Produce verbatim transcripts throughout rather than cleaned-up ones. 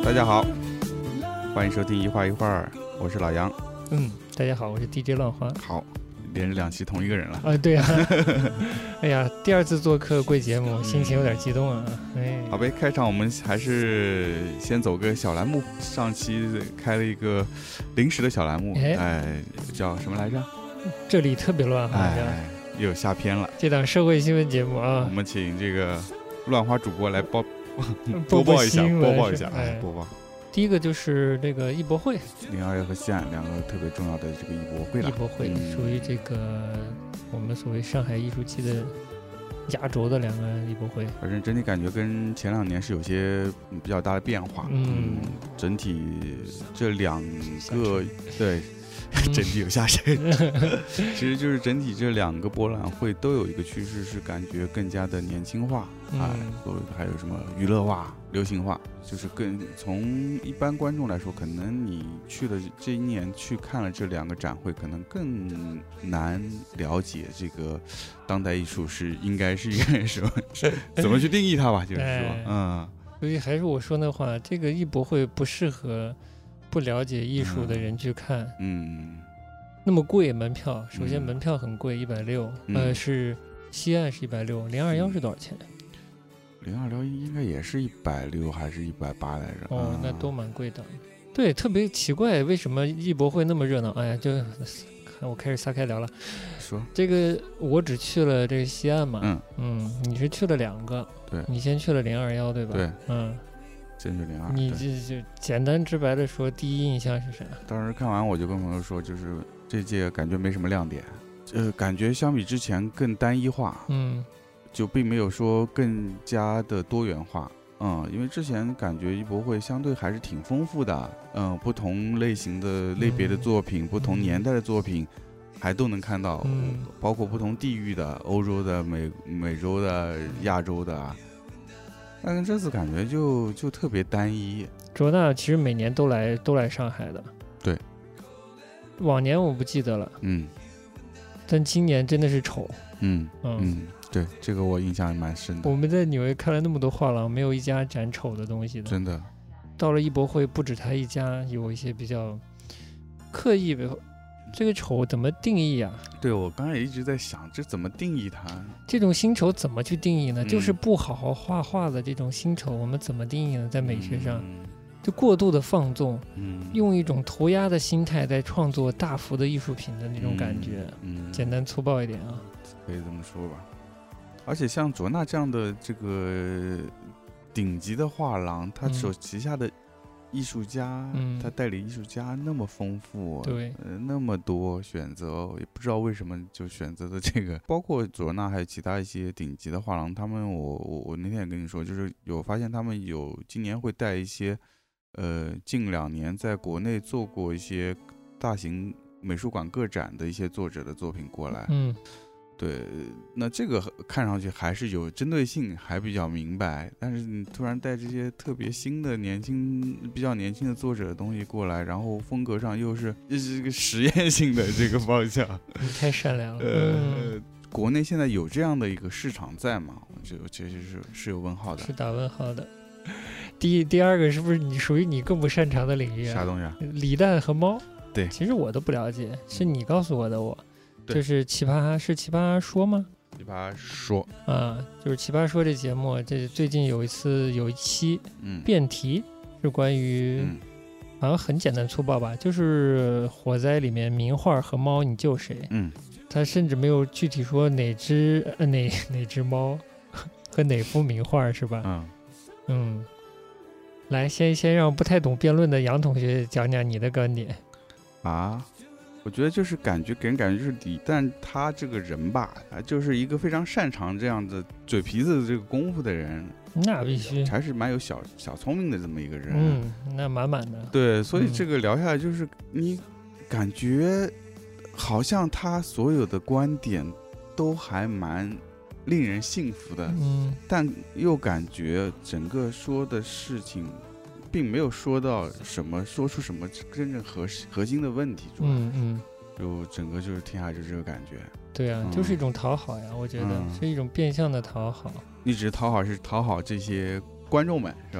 大家好，欢迎收听一画一画，我是老杨。 嗯，大家好，我是 D J 浪花。 好，连着两期同一个人了。 啊，对啊。哎呀，第二次做客贵节目，心情有点激动啊。哎， 好呗，开场我们还是先走个小栏目。上期开了一个临时的小栏目，哎，哎叫什么来着？ 这里特别乱，好像、 哎、又有下篇了。 这档社会新闻节目啊， 我们请这个乱花主播来播播报一下，播报一下，哎，播报。 第一个就是这个艺博会， 零二幺和西岸两个特别重要的这个艺博会了。 艺博会、嗯、属于这个我们所谓上海艺术季的压轴的两个艺博会。 反正整体感觉跟前两年是有些比较大的变化。 嗯， 嗯整体这两个对。整体有下沉、嗯、其实就是整体这两个博览会都有一个趋势，是感觉更加的年轻化、嗯、哎，所谓的还有什么娱乐化、流行化，就是更从一般观众来说，可能你去了这一年去看了这两个展会，可能更难了解这个当代艺术是应该是一个什么怎么去定义它吧，就是说、哎、嗯， 所以还是我说那话，这个艺博会不适合不了解艺术的人去看， 嗯， 那么贵门票，首先门票很贵，一百六，呃，是西岸是一百六，零二幺是多少钱？ 零二幺应该也是一百六还是一百八来着？ 哦，那都蛮贵的。对，特别奇怪，为什么艺博会那么热闹？哎呀，就我开始撒开聊了。 说这个，我只去了这个西岸嘛， 嗯嗯，你是去了两个， 对， 你先去了零二幺，对吧？ 对， 嗯。 你就就简单直白的说，第一印象是啥？ 当时看完我就跟朋友说，就是这届感觉没什么亮点，呃，感觉相比之前更单一化， 嗯， 就并没有说更加的多元化，嗯，因为之前感觉艺博会相对还是挺丰富的，嗯，不同类型的类别的作品，嗯、不同年代的作品，还都能看到， 嗯， 包括不同地域的，欧洲的、美美洲的、亚洲的。但是这次感觉就就特别单一。 卓纳其实每年都来都来上海的， 对。 往年我不记得了， 嗯。 但今年真的是丑， 嗯 嗯, 嗯，对，这个我印象蛮深的。 我们在纽约看了那么多画廊，没有一家展丑的东西的， 真的。 到了艺博会，不止他一家，有一些比较刻意的。这个丑怎么定义啊？ 对，我刚才也一直在想，这怎么定义它？ 这种新丑怎么去定义呢？ 嗯、 就是不好好画画的这种新丑，我们怎么定义呢？在美学上， 嗯、 就过度的放纵， 嗯， 用一种涂鸦的心态在创作大幅的艺术品的那种感觉。 嗯， 简单粗暴一点啊， 可以这么说吧。而且像卓纳这样的这个顶级的画廊，他手旗下的艺术家， 嗯， 他代理艺术家那么丰富， 对、 呃，那么多选择，也不知道为什么就选择的这个。包括卓纳还有其他一些顶级的画廊，他们我我我那天也跟你说，就是有发现他们有今年会带一些，呃，近两年在国内做过一些大型美术馆个展的一些作者的作品过来， 嗯。 对，那这个看上去还是有针对性，还比较明白。但是你突然带这些特别新的、年轻、比较年轻的作者的东西过来，然后风格上又是又是一个实验性的这个方向， 你太善良了。 呃、 嗯， 国内现在有这样的一个市场在吗？这个其实是是有问号的， 是打问号的。第第二个是不是你属于你更不擅长的领域啊？ 啥东西啊？ 李诞和猫。 对， 其实我都不了解，是你告诉我的我。就是奇葩是奇葩说吗？ 奇葩说啊，就是奇葩说这节目，这最近有一次有一期， 嗯， 辩题是关于， 嗯， 好像很简单粗暴吧，就是火灾里面名画和猫你救谁？ 嗯， 他甚至没有具体说哪只呃哪哪只猫和哪幅名画是吧？ 嗯嗯，来先先让不太懂辩论的杨同学讲讲你的观点啊。我觉得就是感觉给人感觉就是李诞他这个人吧，他就是一个非常擅长这样的嘴皮子的这个功夫的人， 那必须还是蛮有小小聪明的这么一个人。 嗯，那满满的。 对，所以这个聊下来就是、嗯、你感觉好像他所有的观点都还蛮令人信服的， 嗯， 但又感觉整个说的事情并没有说到什么，说出什么真正核核心的问题出来。 嗯嗯， 就整个就是听下去这个感觉。 对啊、嗯，就是一种讨好呀，我觉得、嗯、是一种变相的讨好。 你只是讨好是讨好这些观众们是吧？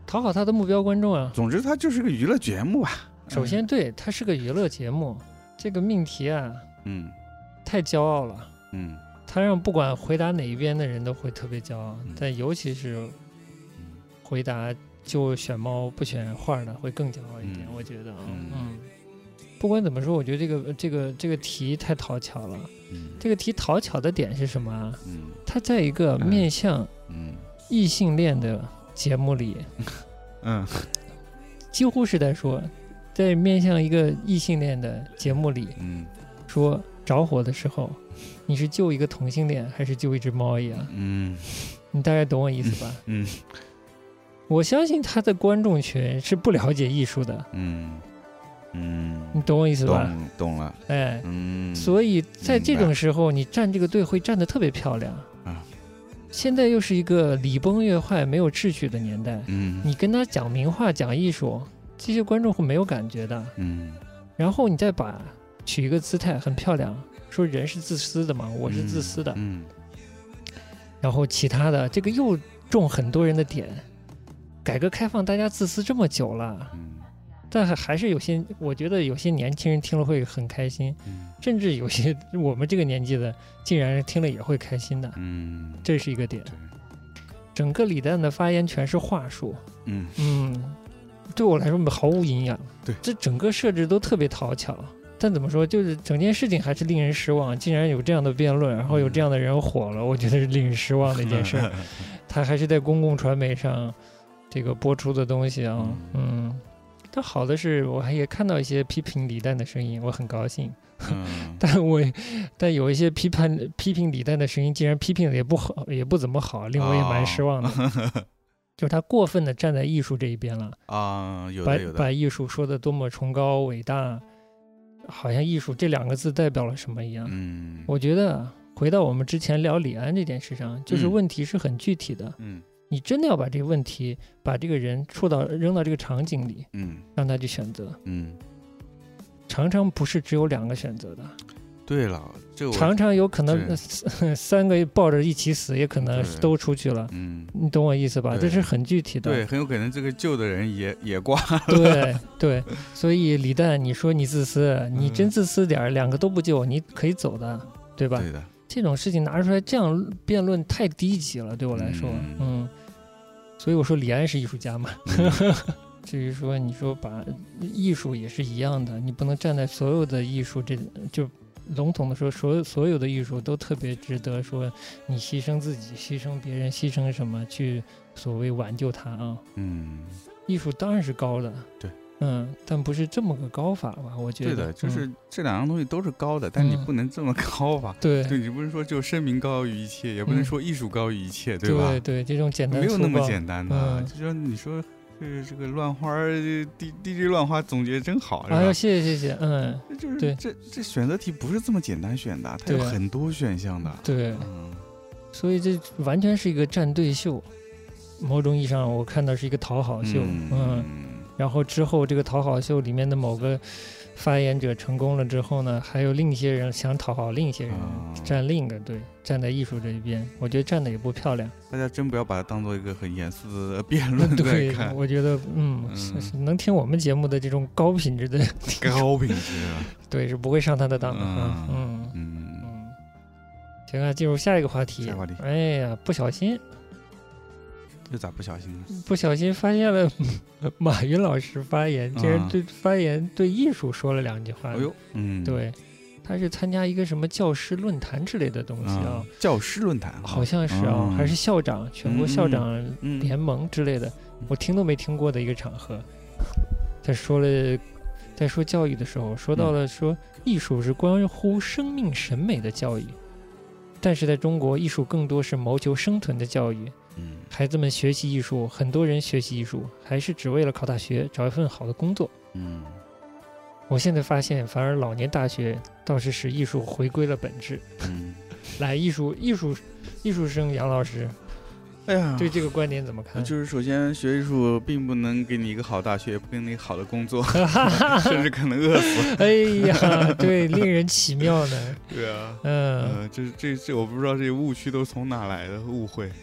讨好他的目标观众啊。 总之，它就是个娱乐节目吧。 首先，对，它是个娱乐节目，这个命题啊， 嗯， 太骄傲了。 嗯， 他让不管回答哪一边的人都会特别骄傲， 嗯、 但尤其是回答就选猫不选画的会更骄傲一点， 嗯、 我觉得啊， 嗯。 嗯不管怎么说，我觉得这个这个这个题太讨巧了。 嗯， 这个题讨巧的点是什么啊？ 嗯， 它在一个面向异性恋的节目里， 嗯， 几乎是在说，在面向一个异性恋的节目里， 嗯， 说着火的时候，你是救一个同性恋还是救一只猫一样？ 嗯， 你大概懂我意思吧？ 嗯，嗯我相信他的观众群是不了解艺术的。 嗯。嗯， 你懂我意思吧？ 懂懂了， 哎， 嗯， 所以在这种时候，你站这个队会站得特别漂亮啊。 现在又是一个礼崩乐坏、没有秩序的年代， 嗯， 你跟他讲名画、讲艺术，这些观众会没有感觉的， 嗯。 然后你再把取一个姿态很漂亮，说人是自私的嘛，我是自私的， 嗯，嗯然后其他的这个又中很多人的点。改革开放，大家自私这么久了。 嗯但还是有些，我觉得有些年轻人听了会很开心， 嗯、 甚至有些我们这个年纪的，竟然听了也会开心的， 嗯， 这是一个点。整个李诞的发言全是话术， 嗯嗯，对我来说毫无营养。 对， 这整个设置都特别讨巧，但怎么说，就是整件事情还是令人失望。竟然有这样的辩论，然后有这样的人火了，我觉得是令人失望的一件事。他还是在公共传媒上这个播出的东西啊，嗯。但好的是，我还也看到一些批评李诞的声音，我很高兴。 嗯、 但我但有一些批判批评李诞的声音，竟然批评的也不好，也不怎么好，令我也蛮失望的。哦、就是他过分的站在艺术这一边了啊，有的有的， 把把艺术说的多么崇高伟大，好像艺术这两个字代表了什么一样。 嗯， 我觉得回到我们之前聊李安这件事上，就是问题是很具体的。 嗯。 你真的要把这个问题，把这个人触到扔到这个场景里， 嗯， 让他去选择， 嗯， 常常不是只有两个选择的。 对了，这常常有可能三个抱着一起死，也可能都出去了。 嗯， 你懂我意思吧？这是很具体的。 对，很有可能这个救的人也也挂了。 对对，所以李诞，你说你自私，你真自私点儿，两个都不救，你可以走的，对吧？ 对的。 这种事情拿出来这样辩论太低级了，对我来说，嗯，嗯所以我说李安是艺术家嘛。嗯、至于说你说把艺术也是一样的，你不能站在所有的艺术这就笼统的说，所有所有的艺术都特别值得说你牺牲自己、牺牲别人、牺牲什么去所谓挽救它啊。 嗯， 艺术当然是高的， 对。 嗯，但不是这么个高法吧？我觉得对的，就是这两样东西都是高的，嗯、但你不能这么高法。 对， 对你不能说就声名高于一切，也不能说艺术高于一切， 嗯、 对吧？ 对对，这种简单没有那么简单的。 嗯、 就说你说这这个乱花 ，D D J 乱花总结真好。 哎呦，谢谢谢谢，嗯， 就是对， 这这选择题不是这么简单选的，它有很多选项的。 对， 嗯， 所以这完全是一个站队秀，某种意义上我看到是一个讨好秀，嗯。嗯然后之后，这个讨好秀里面的某个发言者成功了之后呢，还有另一些人想讨好另一些人，啊、站另一个队，站在艺术这一边。我觉得站的也不漂亮。 大家真不要把它当做一个很严肃的辩论对在看。 我觉得，嗯，嗯能听我们节目的这种高品质的高品质， 对，是不会上他的当的。 嗯嗯嗯嗯。行啊，进入下一个话题。 下一个话题。 哎呀，不小心。 又咋不小心呢？ 不小心发现了马云老师发言，竟然对发言对艺术说了两句话。 哎呦，嗯， 对，他是参加一个什么教师论坛之类的东西啊？ 嗯、教师论坛好像是啊，嗯、还是校长全国校长联盟之类的，嗯、我听都没听过的一个场合。他说了，在说教育的时候，说到了说艺术是关乎生命审美的教育，但是在中国，艺术更多是谋求生存的教育。 嗯， 孩子们学习艺术，很多人学习艺术还是只为了考大学，找一份好的工作。 嗯， 我现在发现，反而老年大学倒是使艺术回归了本质。 嗯， 来，艺术艺术艺术生杨老师， 哎呀， 对这个观点怎么看？ 就是首先学艺术并不能给你一个好大学，也不给你好的工作，甚至可能饿死。 哎呀，对，令人奇妙呢。 对啊， 嗯， 呃、这这这我不知道这些误区都从哪来的误会。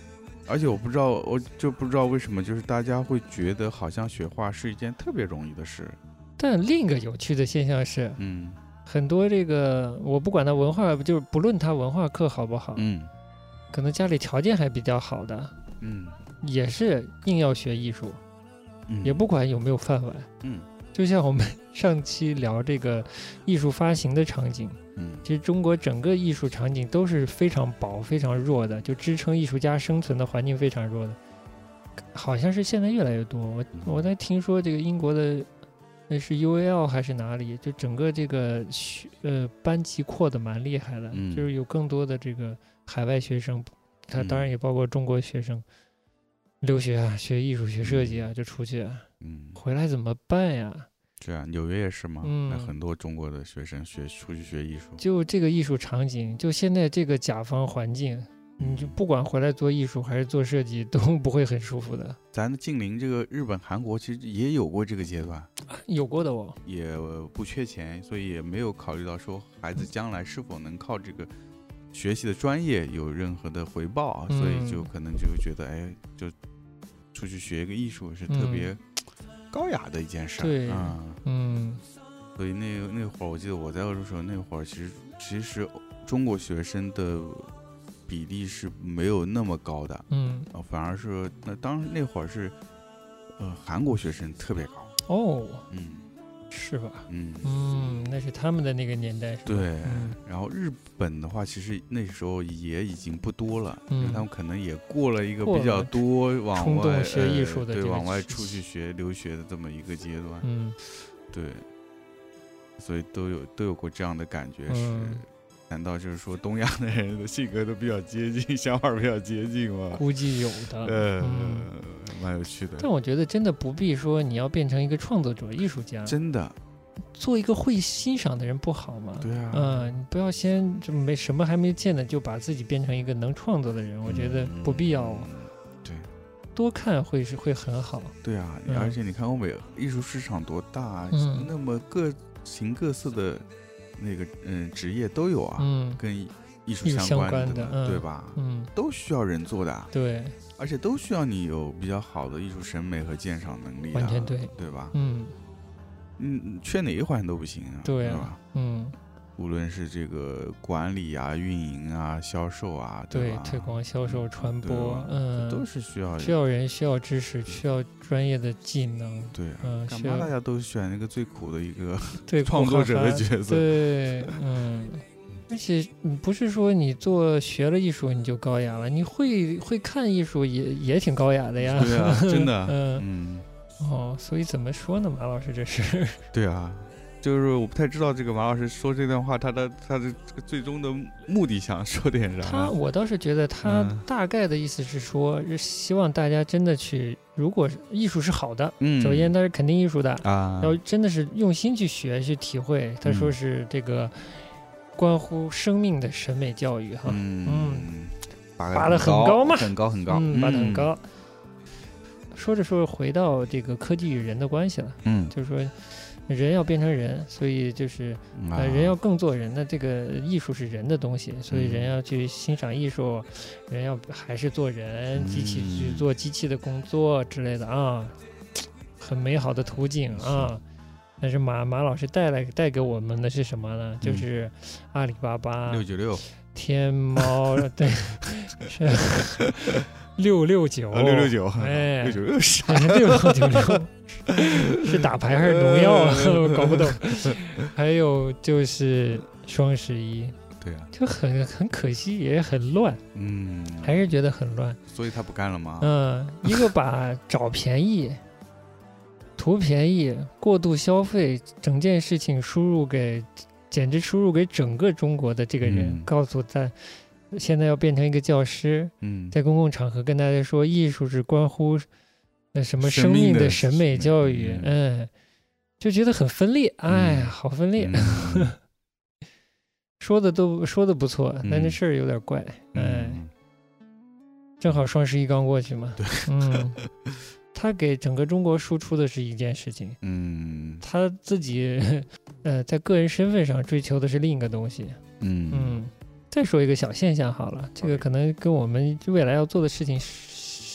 而且我不知道，我就不知道为什么，就是大家会觉得好像学画是一件特别容易的事。 但另一个有趣的现象是， 嗯， 很多这个我不管他文化，就是不论他文化课好不好， 嗯， 可能家里条件还比较好的， 嗯， 也是硬要学艺术， 嗯， 也不管有没有饭碗。 嗯， 就像我们上期聊这个艺术发行的场景， 嗯， 其实中国整个艺术场景都是非常薄、非常弱的，就支撑艺术家生存的环境非常弱的。好像是现在越来越多。我我在听说这个英国的，那是 U A L 还是哪里，就整个这个学呃班级扩的蛮厉害的， 嗯， 就是有更多的这个海外学生，他当然也包括中国学生。留学啊，学艺术、学设计啊，就出去啊， 嗯，回来怎么办呀？ 是啊，纽约也是嘛， 嗯， 那很多中国的学生学出去学艺术， 就这个艺术场景，就现在这个甲方环境，你就不管回来做艺术还是做设计，都不会很舒服的。 咱近邻这个日本、韩国其实也有过这个阶段， 有过的哦， 也不缺钱，所以也没有考虑到说孩子将来是否能靠这个学习的专业有任何的回报， 嗯、 所以就可能就觉得，哎，就出去学一个艺术是特别高雅的一件事。 对， 啊， 嗯， 所以那那会儿，我记得我在欧洲时候，那会儿其实其实中国学生的比例是没有那么高的， 嗯， 反而是那当那会儿是，呃，韩国学生特别高。 哦， 嗯。 是吧？ 嗯嗯，那是他们的那个年代是吧？ 对、 嗯， 然后日本的话，其实那时候也已经不多了， 嗯、 因为他们可能也过了一个比较多往冲外动学艺术的、 呃、对往外出去学留学的这么一个阶段。 嗯， 对，所以都有都有过这样的感觉是。 嗯， 难道就是说东亚的人的性格都比较接近，想法比较接近吗？ 估计有的， 呃， 嗯， 蛮有趣的。 但我觉得真的不必说你要变成一个创作者、艺术家， 真的， 做一个会欣赏的人不好吗？ 对啊， 嗯，你不要先就没什么还没见的就把自己变成一个能创作的人，我觉得不必要。 嗯、对， 多看会是会很好。 对啊， 嗯、 而且你看欧美艺术市场多大， 嗯、 那么各形各色的。那个嗯，职业都有啊， 嗯， 跟艺术相关的， 的嗯、 对吧？ 嗯， 都需要人做的、啊， 对， 而且都需要你有比较好的艺术审美和鉴赏能力、啊， 完全对， 对吧？ 嗯， 嗯，缺哪一环都不行啊， 对啊，吧？ 嗯， 无论是这个管理啊、运营啊、销售啊， 对吧？ 推广、销售、传播，嗯， 都是需要需要人、需要知识、需要专业的技能， 对、啊， 嗯， 干嘛大家都选那个最苦的一个对创作者的角色？ 对，嗯。而且不是说你做学了艺术你就高雅了，你会会看艺术也也挺高雅的呀。 对啊，真的。 嗯嗯。 哦，所以怎么说呢，马老师这是？ 对啊，就是我不太知道这个马老师说这段话，他的他的这个最终的目的想说点啥？ 他我倒是觉得他大概的意思是说，嗯、是希望大家真的去，如果艺术是好的， 嗯， 首先它是肯定艺术的啊， 要真的是用心去学去体会。他说是这个。关乎生命的审美教育，哈， 嗯， 嗯拔得很高嘛， 很高很高， 嗯，拔得很高。说着说着，回到这个科技与人的关系了， 嗯， 就是说人要变成人，所以就是呃，人要更做人。那这个艺术是人的东西，所以人要去欣赏艺术，人要还是做人，机器去做机器的工作之类的啊，很美好的途径啊。但是马马老师带来带给我们的是什么呢？就是阿里巴巴、 六九六、 天猫，对，是六六九、 六六九， 哎， 六九六是六九六，是打牌还是农药啊？我搞不懂。还有就是双十一， 对啊， 就很很可惜，也很乱， 嗯， 还是觉得很乱。 所以他不干了吗？ 嗯，一个把找便宜。图便宜、过度消费，整件事情输入给，简直输入给整个中国的这个人，嗯、告诉他，现在要变成一个教师， 嗯， 在公共场合跟大家说，艺术是关乎那什么生命的审美教育，嗯，嗯，就觉得很分裂，哎呀，好分裂，嗯、说的都说的不错，但这事儿有点怪， 嗯、 哎，正好双十一刚过去嘛， 对， 嗯。他给整个中国输出的是一件事情， 嗯， 他自己，呃，在个人身份上追求的是另一个东西， 嗯嗯。再说一个小现象好了，这个可能跟我们未来要做的事情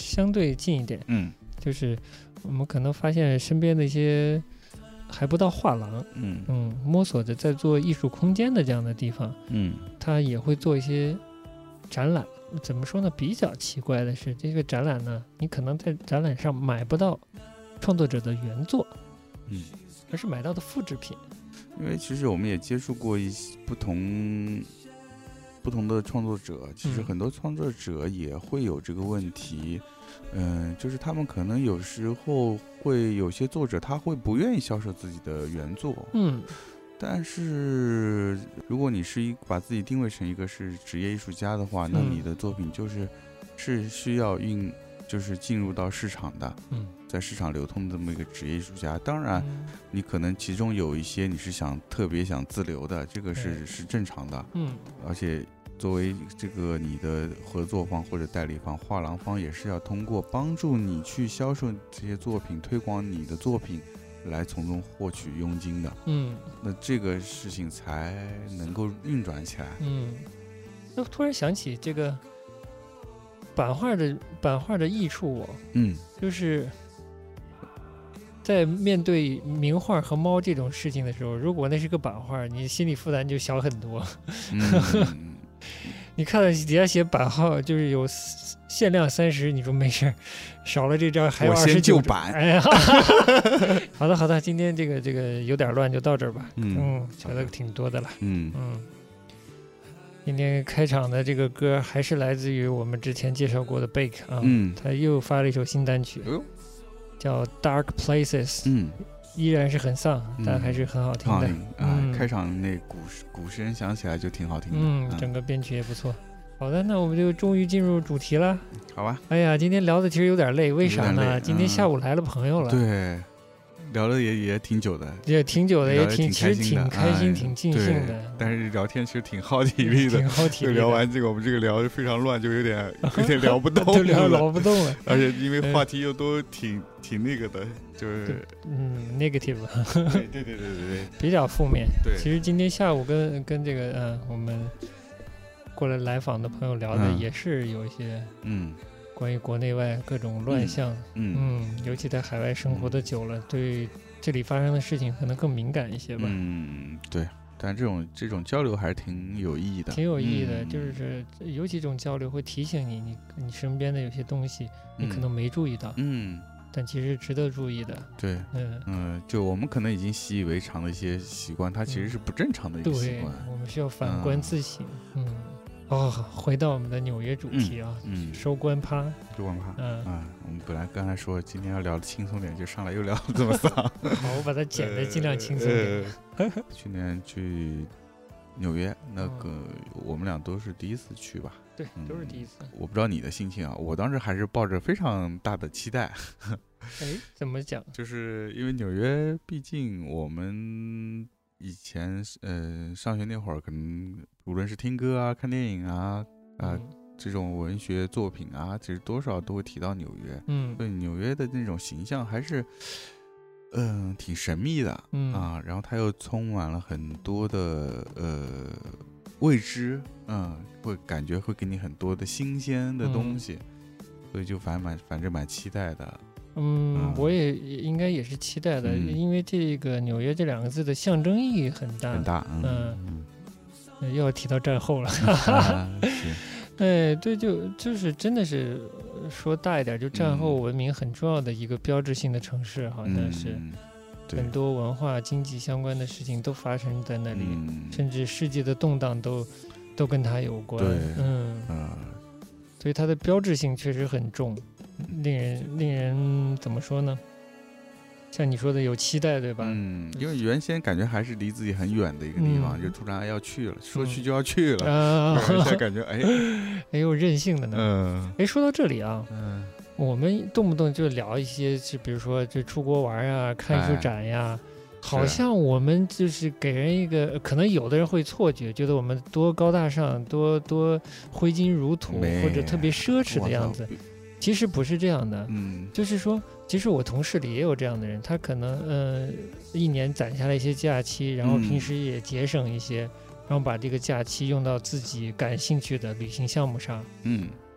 相对近一点， 嗯， 就是我们可能发现身边的一些还不到画廊， 嗯嗯，摸索着在做艺术空间的这样的地方， 嗯， 它也会做一些展览。怎么说呢？比较奇怪的是，这个展览呢，你可能在展览上买不到创作者的原作， 嗯， 而是买到的复制品。 因为其实我们也接触过一些不同不同的创作者，其实很多创作者也会有这个问题，嗯、呃，就是他们可能有时候会有些作者他会不愿意销售自己的原作， 嗯。 但是如果你是一把自己定位成一个是职业艺术家的话，那你的作品就是是需要运就是进入到市场的， 嗯， 在市场流通的这么一个职业艺术家。当然你可能其中有一些你是想特别想自留的，这个是是正常的， 嗯， 而且作为这个你的合作方或者代理方画廊方也是要通过帮助你去销售这些作品，推广你的作品来从中获取佣金的， 嗯， 那这个事情才能够运转起来。 嗯，就突然想起这个版画的版画的益处， 嗯， 就是在面对名画和猫这种事情的时候，如果那是个版画，你心理负担就小很多。 嗯你看到底下写版号就是有限量三十，你说没事，少了这张还有二十九版。 哎呀，好的好的，今天这个这个有点乱，就到这儿吧。 嗯， 嗯，觉得挺多的了。 嗯嗯，今天开场的这个歌还是来自于我们之前介绍过的 Bake 啊， 嗯， 他又发了一首新单曲， 哎、 叫 Dark Places。 嗯。 依然是很丧，但还是很好听的。 啊、 嗯， 开场那鼓鼓声响起来就挺好听的。 嗯，整个编曲也不错。好的，那我们就终于进入主题了。 好吧。 哎呀，今天聊的其实有点累，为啥呢？今天下午来了朋友了。 嗯、对，聊的也也挺久的， 也挺久的，也挺其实挺开心、挺尽兴的。 但是聊天其实挺耗体力的， 挺耗体力的。 聊完这个，我们这个聊得非常乱，就有点有点聊不动了， 都聊聊不动了。 而且因为话题又都挺挺那个的。就是嗯 ，negative， 对对对对对对， 比较负面。 对， 其实今天下午跟跟这个嗯，我们过来来访的朋友聊的也是有一些嗯，关于国内外各种乱象，嗯，嗯尤其在海外生活的久了，嗯、对这里发生的事情可能更敏感一些吧。 嗯，对。但这种这种交流还是挺有意义的， 挺有意义的，嗯、就是有几种交流会提醒你，你你身边的有些东西，你可能没注意到，嗯。但其实值得注意的， 对，嗯嗯、呃，就我们可能已经习以为常的一些习惯，它其实是不正常的一个习惯。 对，我们需要反观自省。嗯，嗯哦，回到我们的纽约主题啊， 嗯，嗯收官趴， 收官趴，嗯啊，我们本来刚才说今天要聊的轻松点，就上来又聊得这么丧。 好，我把它剪得尽量轻松点。 呃、去年去纽约，那个、嗯、我们俩都是第一次去吧？ 对，都是第一次、嗯。 我不知道你的心情啊，我当时还是抱着非常大的期待。 哎，怎么讲？ 就是因为纽约，毕竟我们以前呃上学那会儿，可能无论是听歌啊、看电影啊啊、呃嗯、这种文学作品啊，其实多少都会提到纽约。嗯，所以纽约的那种形象还是嗯、呃、挺神秘的、嗯、啊，然后它又充满了很多的呃未知，嗯，会感觉会给你很多的新鲜的东西，嗯、所以就反蛮反正蛮期待的。 嗯，我也应该也是期待的、嗯，因为这个纽约这两个字的象征意义很大， 很大。嗯， 嗯又要提到战后了。 啊、 哎，对，就就是真的是说大一点，就战后文明很重要的一个标志性的城市，好像是、 嗯、 很多文化、经济相关的事情都发生在那里，嗯、甚至世界的动荡都都跟它有关。 对， 嗯， 呃、 所以它的标志性确实很重。令人令人怎么说呢？像你说的有期待，对吧？ 嗯，因为原先感觉还是离自己很远的一个地方，嗯、就突然要去了，说去就要去了，啊、现在感觉哎， 哎有任性的呢。 嗯， 哎，说到这里啊， 嗯， 我们动不动就聊一些，是比如说就出国玩啊，看艺术展呀。哎好像我们就是给人一个，可能有的人会错觉，觉得我们多高大上，多多挥金如土，或者特别奢侈的样子。其实不是这样的，嗯，就是说，其实我同事里也有这样的人，他可能呃一年攒下来一些假期，然后平时也节省一些，嗯、然后把这个假期用到自己感兴趣的旅行项目上， 嗯，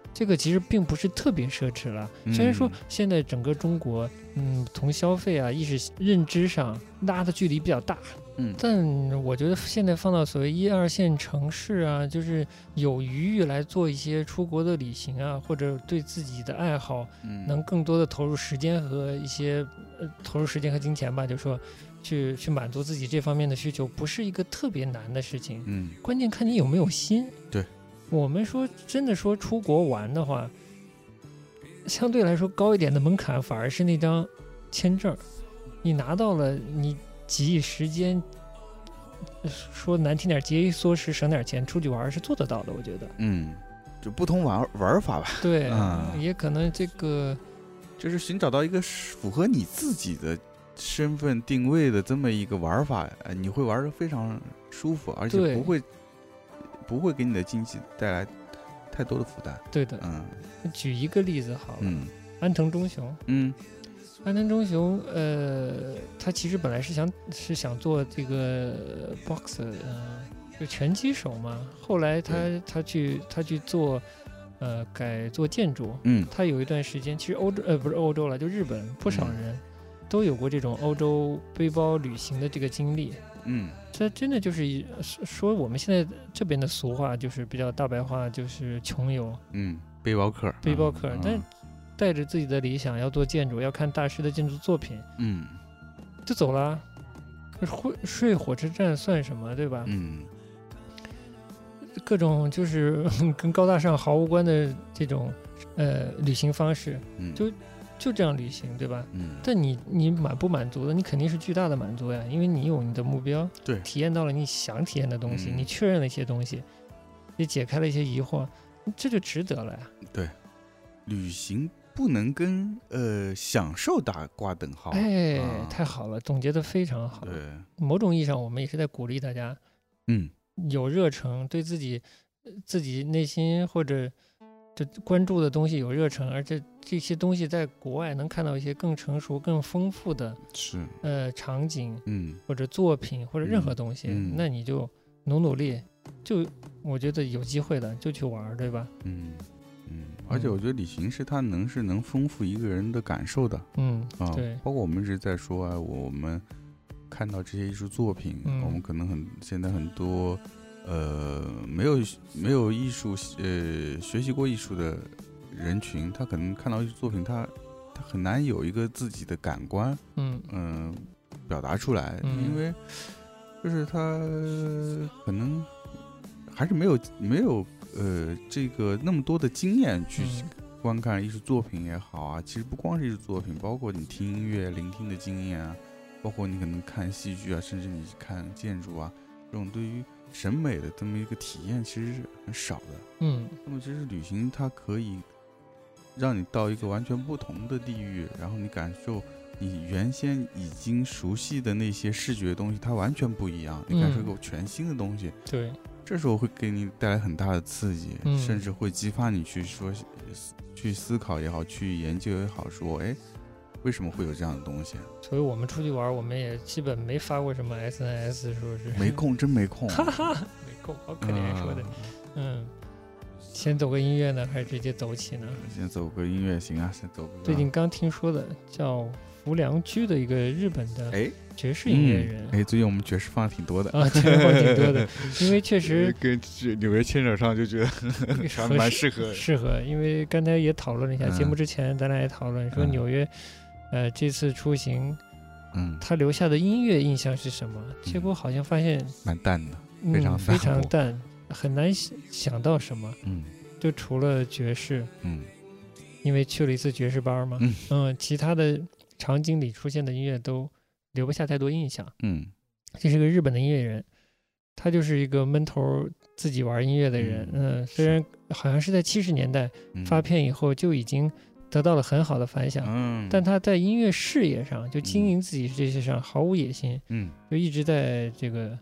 这个其实并不是特别奢侈了。虽然说现在整个中国，嗯，从消费啊、意识认知上拉的距离比较大， 嗯， 但我觉得现在放到所谓一二线城市啊，就是有余裕来做一些出国的旅行啊，或者对自己的爱好， 嗯， 能更多的投入时间和一些呃投入时间和金钱吧，就说去去满足自己这方面的需求，不是一个特别难的事情。 嗯， 关键看你有没有心。 对。 我们说真的说出国玩的话，相对来说高一点的门槛反而是那张签证，你拿到了，你挤时间，说难听点，节衣缩食省点钱出去玩是做得到的，我觉得。 嗯，就不同玩玩法吧。 对， 嗯、 也可能这个就是寻找到一个符合你自己的身份定位的这么一个玩法，你会玩得非常舒服，而且不会。不会给你的经济带来太多的负担。 对的， 嗯， 举一个例子好了， 嗯， 安藤忠雄， 嗯， 安藤忠雄，呃，他其实本来是想是想做这个 boxer， 呃，就拳击手嘛。后来他他去他去做，呃，改做建筑。 嗯， 他有一段时间，其实欧洲呃不是欧洲了，就日本不少人都有过这种欧洲背包旅行的这个经历。 嗯， 这真的就是说我们现在这边的俗话，就是比较大白话，就是穷游。 嗯，背包客， 背包客， 嗯、 但带着自己的理想要做建筑，要看大师的建筑作品， 嗯， 就走了。会睡火车站算什么，对吧？ 嗯， 各种就是跟高大上毫无关的这种呃旅行方式， 嗯、 就。就这样旅行，对吧？ 嗯， 但你你满不满足的？你肯定是巨大的满足呀，因为你有你的目标， 对， 体验到了你想体验的东西， 嗯、 你确认了一些东西，也解开了一些疑惑，这就值得了呀。 对，旅行不能跟呃享受打挂等号。 哎， 啊、 太好了，总结得非常好。 对， 某种意义上，我们也是在鼓励大家， 嗯， 有热诚，对自己自己内心或者。就关注的东西有热忱，而且这些东西在国外能看到一些更成熟、更丰富的是呃场景， 嗯， 或者作品或者任何东西， 嗯嗯、 那你就努努力，就我觉得有机会的就去玩，对吧？ 嗯嗯，而且我觉得旅行是它能是能丰富一个人的感受的， 嗯啊， 对， 包括我们一直在说啊，我们看到这些艺术作品， 嗯、 我们可能很现在很多。呃，没有没有艺术呃学习过艺术的人群，他可能看到艺术作品，他他很难有一个自己的感官， 嗯嗯、呃，表达出来， 嗯、 因为就是他可能还是没有没有呃这个那么多的经验去观看艺术作品也好啊，其实不光是艺术作品，包括你听音乐、聆听的经验啊，包括你可能看戏剧啊，甚至你看建筑啊，这种对于审美的这么一个体验其实是很少的。 嗯， 那么其实旅行它可以让你到一个完全不同的地域，然后你感受你原先已经熟悉的那些视觉东西，它完全不一样，你感受一个全新的东西。 嗯、对， 这时候会给你带来很大的刺激， 嗯、 甚至会激发你去说去思考也好，去研究也好，说哎。为什么会有这样的东西？ 所以我们出去玩，我们也基本没发过什么 S N S， 说是没空，真没空， 哈哈，没空，好可怜说的。嗯，先走个音乐呢，还是直接走起呢？ 先走个音乐行啊，先走个。 最近刚听说的叫福良居的一个日本的哎爵士音乐人， 哎、嗯，最近我们爵士放的挺多的啊，爵士放挺多的，因为确实跟纽约牵扯上，就觉得还蛮适合适合。因为刚才也讨论了一下，嗯、节目之前咱俩也讨论说纽约。呃，这次出行， 嗯， 他留下的音乐印象是什么？嗯、结果好像发现蛮淡的， 嗯、 非常非常淡，很难想到什么。 嗯， 就除了爵士， 嗯， 因为去了一次爵士班嘛， 嗯, 嗯，其他的场景里出现的音乐都留不下太多印象。 嗯， 这是个日本的音乐人，他就是一个闷头自己玩音乐的人。嗯，嗯虽然好像是在七十年代发片以后就已经。得到了很好的反响， 嗯， 但他在音乐事业上，就经营自己这些上毫无野心， 嗯， 就一直在这个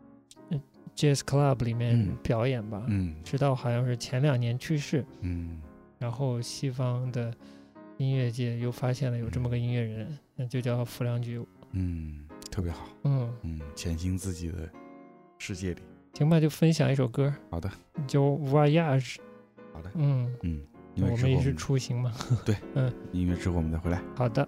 jazz club 里面表演吧， 嗯， 直到好像是前两年去世， 嗯， 然后西方的音乐界又发现了有这么个音乐人，那就叫福良居， 嗯，特别好， 嗯嗯，潜行自己的世界里， 行吧，就分享一首歌， 好的， 叫 Voyage， 好的， 嗯嗯。 我们也是出行嘛。 对， 嗯， 音乐之后我们再回来。 好的。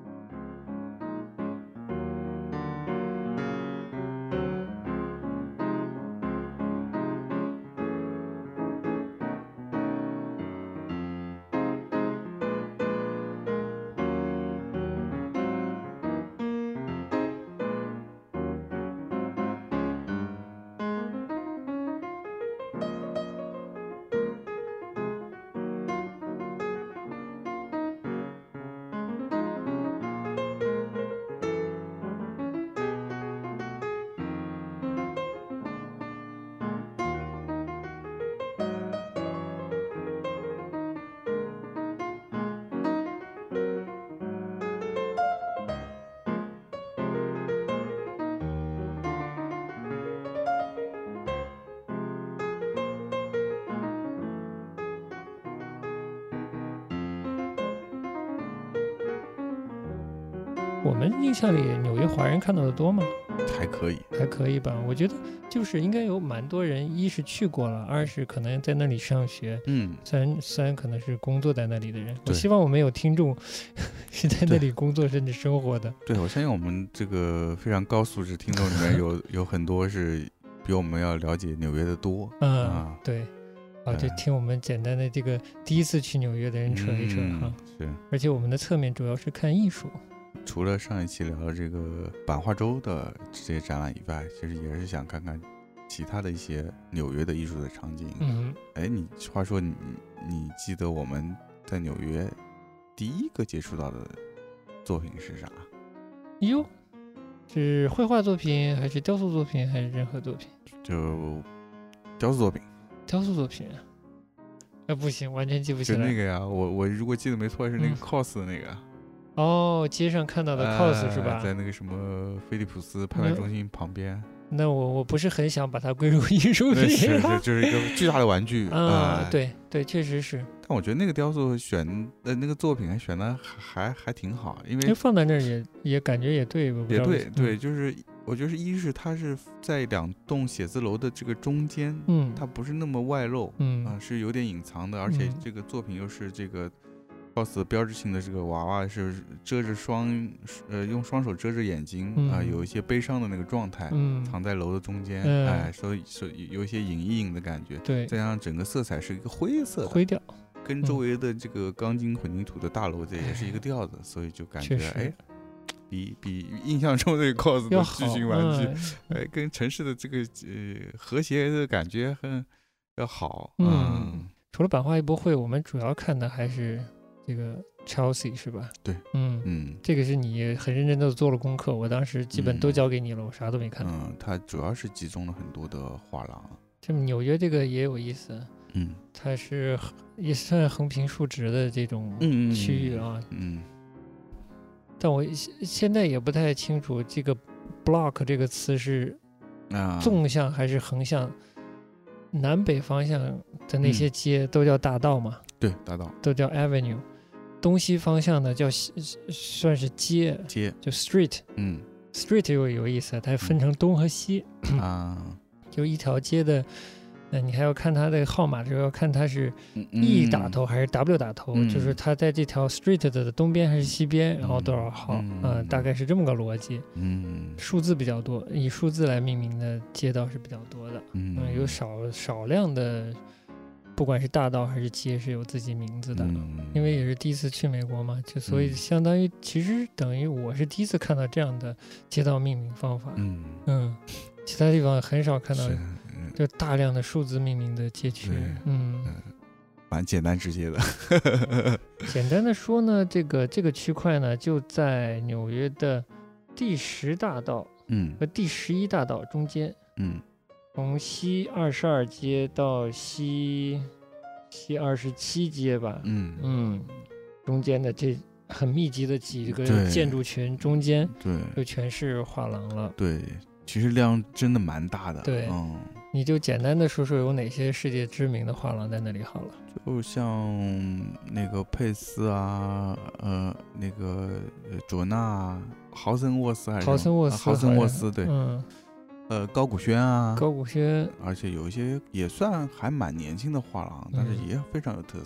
我们印象里纽约华人看到的多吗？ 还可以， 还可以吧。我觉得就是应该有蛮多人，一是去过了，二是可能在那里上学， 嗯， 三三可能是工作在那里的人。我希望我们有听众是在那里工作甚至生活的。 对，我相信我们这个非常高素质听众里面有有很多是比我们要了解纽约的多。 嗯， 啊、 对。啊，就听我们简单的这个第一次去纽约的人扯一扯哈、 嗯。是。 而且我们的侧面主要是看艺术。 除了上一期聊的这个版画周的这些展览以外，其实也是想看看其他的一些纽约的艺术的场景。 嗯， 哎，你话说你你记得我们在纽约第一个接触到的作品是啥？ 哟，是绘画作品还是雕塑作品还是任何作品？ 就雕塑作品。 雕塑作品。啊，不行，完全记不起来。 就那个呀，我我如果记得没错是那个 cos 的那个。嗯哦，街上看到的 cos、呃、是吧？ 在那个什么菲利普斯拍卖中心旁边。 那我我不是很想把它归入艺术品。 是是，就是一个巨大的玩具啊、呃！对对，确实是。 但我觉得那个雕塑选的那个作品还选的还还还挺好，因为放在那儿也也感觉也对， 也对对，就是我觉得是一是它是在两栋写字楼的这个中间， 嗯， 它不是那么外露， 嗯啊、呃，是有点隐藏的，而且这个作品又是这个。cos 标志性的这个娃娃是遮着双，呃，用双手遮着眼睛啊、 嗯呃，有一些悲伤的那个状态， 嗯， 藏在楼的中间， 嗯、 哎，所以所以有一些隐隐的感觉， 对， 再加上整个色彩是一个灰色的， 灰调， 跟周围的这个钢筋混凝土的大楼这也是一个调子，嗯、所以就感觉哎，比比印象中那个 cos 的巨型玩具， 嗯、 哎，跟城市的这个呃和谐的感觉很要好， 嗯， 嗯除了版画艺博会，我们主要看的还是。这个 Chelsea 是吧？ 对， 嗯嗯， 这个是你很认真的做了功课，我当时基本都交给你了，嗯、我啥都没看。 嗯，它主要是集中了很多的画廊。 这纽约这个也有意思， 嗯， 它是也算横平竖直的这种区域啊。 嗯，嗯但我现在也不太清楚这个 block 这个词是纵向还是横向。啊南北方向的那些街都叫大道嘛？ 嗯、对，大道都叫 avenue。东西方向的叫算是街， 街就 street。 嗯 ，street 又有意思，它分成东和西、 嗯、啊， 就一条街的。那你还要看它的号码的时候，要看它是 E 打头还是 W 打头， 嗯、 就是它在这条 street 的东边还是西边，然后多少号，嗯、呃，大概是这么个逻辑。 嗯， 数字比较多，以数字来命名的街道是比较多的。 嗯， 呃、有少少量的，不管是大道还是街是有自己名字的。 嗯， 因为也是第一次去美国嘛，就所以相当于其实等于我是第一次看到这样的街道命名方法。 嗯嗯，其他地方很少看到。就大量的数字命名的街区，嗯， 蛮简单直接的。 简单的说呢，这个这个区块呢，就在纽约的第十大道， 嗯， 和第十一大道中间， 嗯， 从西二十二街到西西二十七街吧， 嗯嗯，中间的这很密集的几个建筑群中间， 对， 就全是画廊了， 对。其实量真的蛮大的， 对， 嗯， 你就简单的说说有哪些世界知名的画廊在那里好了。 就像那个佩斯啊，呃，那个卓纳、豪森沃斯还是豪森沃斯， 豪森沃斯对， 嗯， 呃，高古轩啊， 高古轩， 而且有一些也算还蛮年轻的画廊，但是也非常有特色。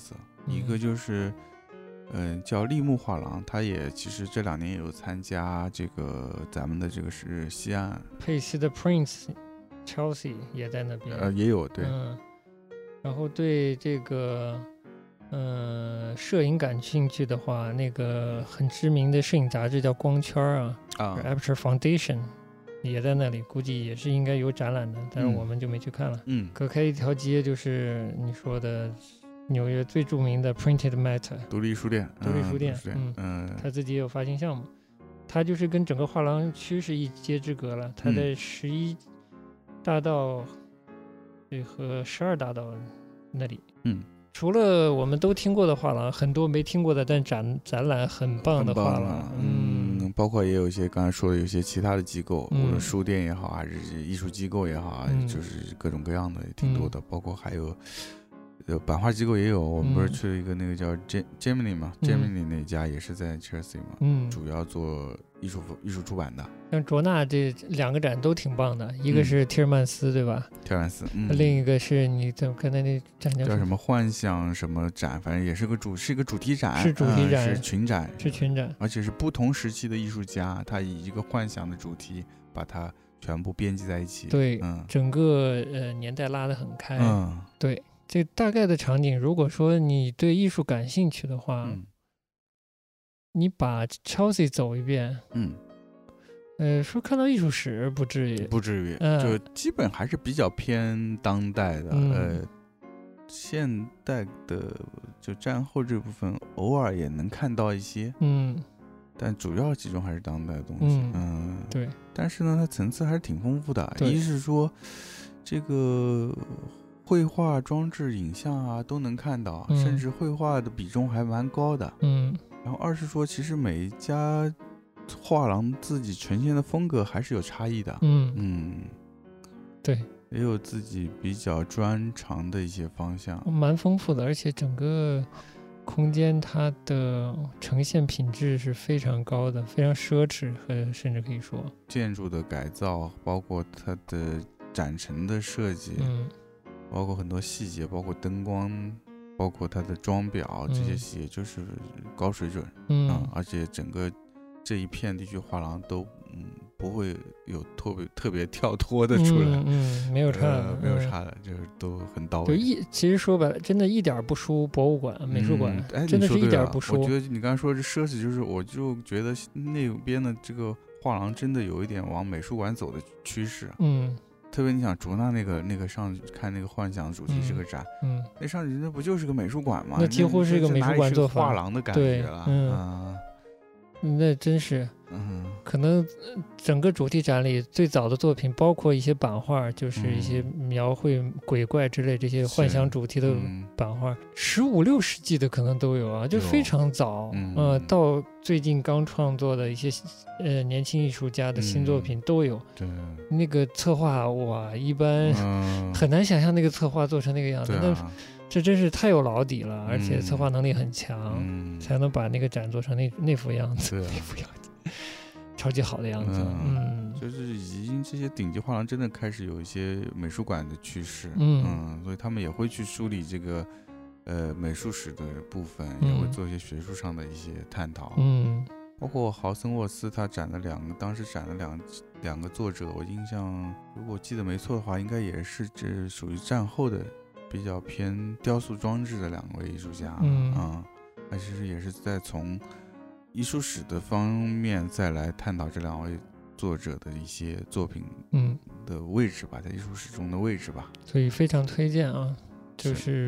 一个就是嗯、呃、叫立木画廊，他也其实这两年也有参加这个咱们的这个是西岸佩西的 Prince Chelsea 也在那边， 呃也有对， 嗯，然后对这个呃摄影感兴趣的话，那个很知名的摄影杂志叫光圈啊， 啊 Aperture Foundation 也在那里，估计也是应该有展览的，但是我们就没去看了。 嗯， 隔开一条街就是你说的纽约最著名的 Printed Matter 独立书店， 独立书店， 嗯嗯， 他自己也有发行项目，他就是跟整个画廊区是一街之隔了，他在十一大道和十二大道那里， 嗯。 除了我们都听过的画廊，很多没听过的但展展览很棒的画廊， 嗯，嗯包括也有一些刚才说的有些其他的机构， 嗯、 或者书店也好，还是艺术机构也好， 嗯、 就是各种各样的也挺多的，嗯、包括还有呃版画机构也有。我们不是去了一个那个叫 Gemini 嘛、嗯、，Gemini 那家也是在 Chelsea 嘛， 嗯， 主要做艺术艺术出版的。 像卓纳这两个展都挺棒的，一个是提尔曼斯、嗯、对吧？ 提尔曼斯，嗯， 另一个是你怎么刚才那展叫叫什么幻想什么展，反正也是个主是一个主题展， 是主题展、 嗯，是群展， 是群展， 而且是不同时期的艺术家，他以一个幻想的主题把它全部编辑在一起。 对， 嗯， 整个呃年代拉得很开。 嗯， 对，这大概的场景，如果说你对艺术感兴趣的话， 嗯、 你把 Chelsea 走一遍， 嗯。 呃，说看到艺术史不至于， 不至于， 嗯、 就基本还是比较偏当代的， 嗯、 呃，现代的就战后这部分偶尔也能看到一些， 嗯， 但主要集中还是当代的东西， 嗯， 嗯对。 但是呢，它层次还是挺丰富的，一是说这个绘画、装置、影像啊都能看到， 嗯、 甚至绘画的比重还蛮高的， 嗯。 然后二是说，其实每一家画廊自己呈现的风格还是有差异的， 嗯嗯， 对， 也有自己比较专长的一些方向， 蛮丰富的，而且整个空间它的呈现品质是非常高的，非常奢侈，和甚至可以说建筑的改造，包括它的展陈的设计， 嗯， 包括很多细节，包括灯光，包括它的装裱，这些细节就是高水准， 嗯， 啊、而且整个这一片地区画廊都嗯不会有特别特别跳脱的出来， 嗯，嗯没有差的、 呃，没有差的，嗯、就是都很到位。 就一其实说白了，真的一点不输博物馆、美术馆， 嗯、 真的是一点不输。 我觉得你刚才说这奢侈，就是我就觉得那边的这个画廊真的有一点往美术馆走的趋势。 嗯。 特别你想卓纳那个那个上去看那个幻想主题这个展， 嗯，嗯那上去那不就是个美术馆吗？ 那几乎是一个美术馆做法， 画廊的感觉了， 嗯。 啊那真是， 嗯， 可能整个主题展里最早的作品，包括一些版画，就是一些描绘鬼怪之类这些幻想主题的版画，十五六世纪的可能都有啊，就非常早， 嗯、 呃，到最近刚创作的一些呃年轻艺术家的新作品都有。 对、 嗯，那个策划哇，一般、 嗯、 很难想象那个策划做成那个样子。那、 啊、 这真是太有老底了，而且策划能力很强， 嗯、 才能把那个展做成那那副样子， 对、啊、 那副样子，超级好的样子。 嗯， 嗯就是已经这些顶级画廊真的开始有一些美术馆的趋势， 嗯, 嗯，所以他们也会去梳理这个呃美术史的部分， 嗯、 也会做一些学术上的一些探讨。 嗯， 包括豪森沃斯他展了两个，当时展了两两个作者，我印象如果记得没错的话，应该也是这属于战后的。比较偏雕塑装置的两位艺术家， 嗯， 啊，他其实也是在从艺术史的方面再来探讨这两位作者的一些作品，嗯的位置吧，在艺术史中的位置吧。 所以非常推荐啊，就是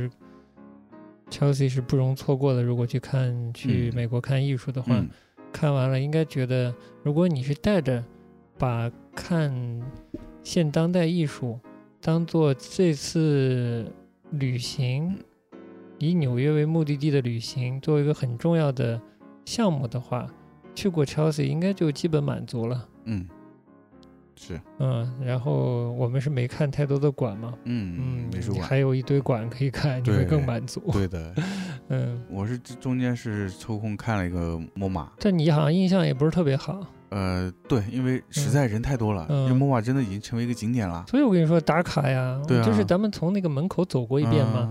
Chelsea 是不容错过的。如果去看去美国看艺术的话， 嗯、 看完了应该觉得，如果你是带着把看现当代艺术当做这次旅行，以纽约为目的地的旅行作为一个很重要的项目的话，去过 Chelsea 应该就基本满足了。 嗯，是， 嗯，然后我们是没看太多的馆嘛， 嗯嗯，美术馆还有一堆馆可以看，你会更满足。 对的， 嗯， 我是中间是抽空看了一个MoMA， 但你好像印象也不是特别好。 呃，对，因为实在人太多了， 嗯、 因为MoMA真的已经成为一个景点了。 所以我跟你说打卡呀， 对啊， 就是咱们从那个门口走过一遍嘛，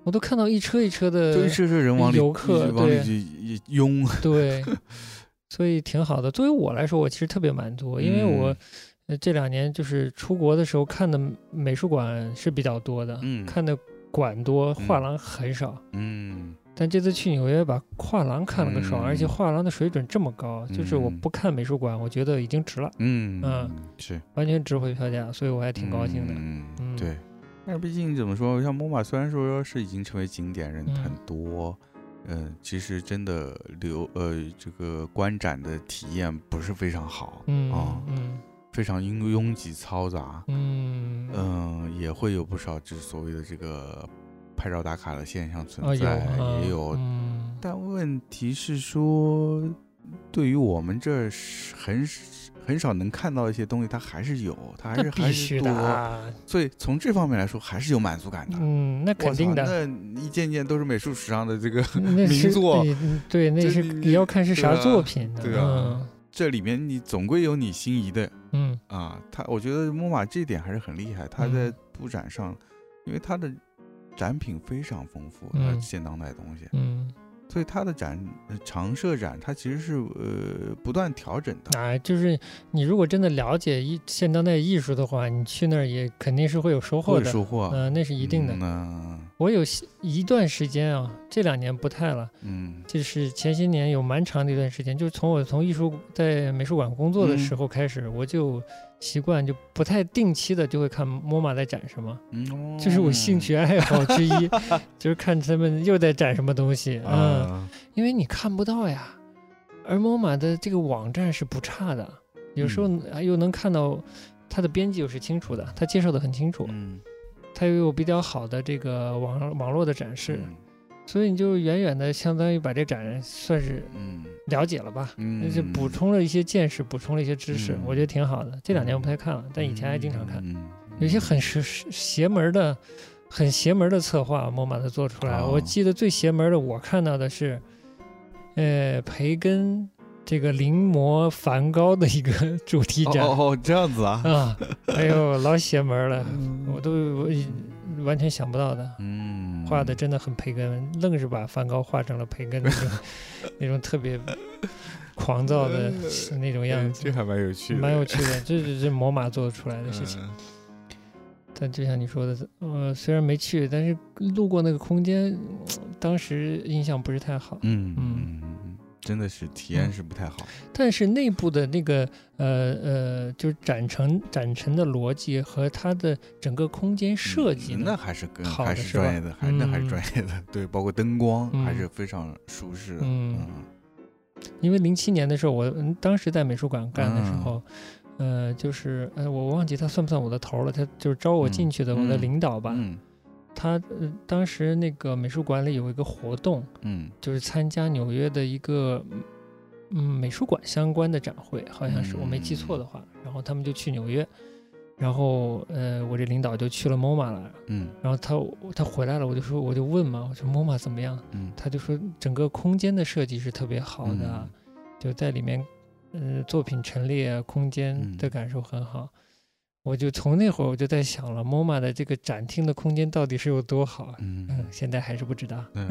我都看到一车一车的， 就一车车人往里游客往里拥， 对，所以挺好的。作为我来说，我其实特别满足，因为我、嗯、这两年就是出国的时候看的美术馆是比较多的， 嗯， 看的馆多，画廊很少， 嗯。 但这次去纽约把画廊看了个爽、 嗯， 而且画廊的水准这么高、嗯，就是我不看美术馆，我觉得已经值了。 嗯嗯， 是完全值回票价，所以我还挺高兴的。 嗯， 嗯对。但是毕竟怎么说，像 MoMA 虽然说是已经成为景点，人很多，嗯、呃，其实真的留呃这个观展的体验不是非常好， 嗯啊， 嗯， 非常拥拥挤嘈杂， 嗯嗯、呃，也会有不少就是所谓的这个。拍照打卡的现象存在、 哦有啊、 也有、 嗯， 但问题是说，对于我们这很很少能看到一些东西，它还是有，它还是还是多、啊，所以从这方面来说，还是有满足感的。 嗯，那肯定的。 那一件件都是美术史上的这个名作， 对，那是也要看是啥作品的。 对啊，对啊嗯、 这里面你总归有你心仪的。 嗯啊，他我觉得MoMA这一点还是很厉害，他在布展上，嗯、因为他的。展品非常丰富，它、嗯、现当代东西， 嗯， 所以它的展常设展，它其实是呃不断调整的。 啊，就是你如果真的了解艺现当代艺术的话，你去那儿也肯定是会有收获的， 会收获， 嗯、呃，那是一定的。 嗯、 我有一段时间啊，这两年不太了， 嗯， 就是前些年有蛮长的一段时间，就是从我从艺术在美术馆工作的时候开始，嗯、我就。习惯就不太定期的就会看 MoMA 在展什么， 嗯， 这是我兴趣爱好之一，就是看他们又在展什么东西，嗯， 嗯因为你看不到呀，而 MoMA 的这个网站是不差的，有时候又能看到它的编辑又是清楚的，他介绍的很清楚， 嗯， 它又有比较好的这个网网络的展示。 嗯， 所以你就远远的相当于把这展算是了解了吧，嗯，就补充了一些见识，补充了一些知识，嗯、我觉得挺好的。这两年我不太看了，但以前还经常看。 嗯、 有些很邪邪门的、很邪门的策划，MoMA的做出来。哦、我记得最邪门的，我看到的是，呃，培根这个临摹梵高的一个主题展。 哦哦，这样子啊！ 啊，哎呦，老邪门了，我都我完全想不到的。 嗯。 画的真的很培根，愣是把梵高画成了培根那种那种特别狂躁的那种样子， 这还蛮有趣的， 蛮有趣的，这是这MoMA做出来的事情。 嗯、 但就像你说的，呃，虽然没去，但是路过那个空间，当时印象不是太好。 嗯嗯嗯，真的是体验是不太好。 嗯、但是内部的那个呃呃，就是展陈展陈的逻辑和它的整个空间设计、 嗯，那还是更好还是专业的，还、嗯、那还是专业的。对，包括灯光、嗯、还是非常舒适的。 嗯，嗯因为零七年的时候，我当时在美术馆干的时候。嗯、呃，就是呃，我忘记他算不算我的头了，他就是招我进去的， 嗯、 我的领导吧。 嗯， 他、呃、当时那个美术馆里有一个活动， 嗯， 就是参加纽约的一个嗯美术馆相关的展会，好像是、嗯、我没记错的话。然后他们就去纽约，然后呃，我这领导就去了 MoMA 了。 嗯， 然后他他回来了，我就说我就问嘛，我说 MoMA 怎么样？ 嗯， 他就说整个空间的设计是特别好的， 嗯、 就在里面。呃，作品陈列空间的感受很好，嗯、我就从那会儿我就在想了 ，MoMA 的这个展厅的空间到底是有多好？ 嗯， 嗯现在还是不知道， 嗯、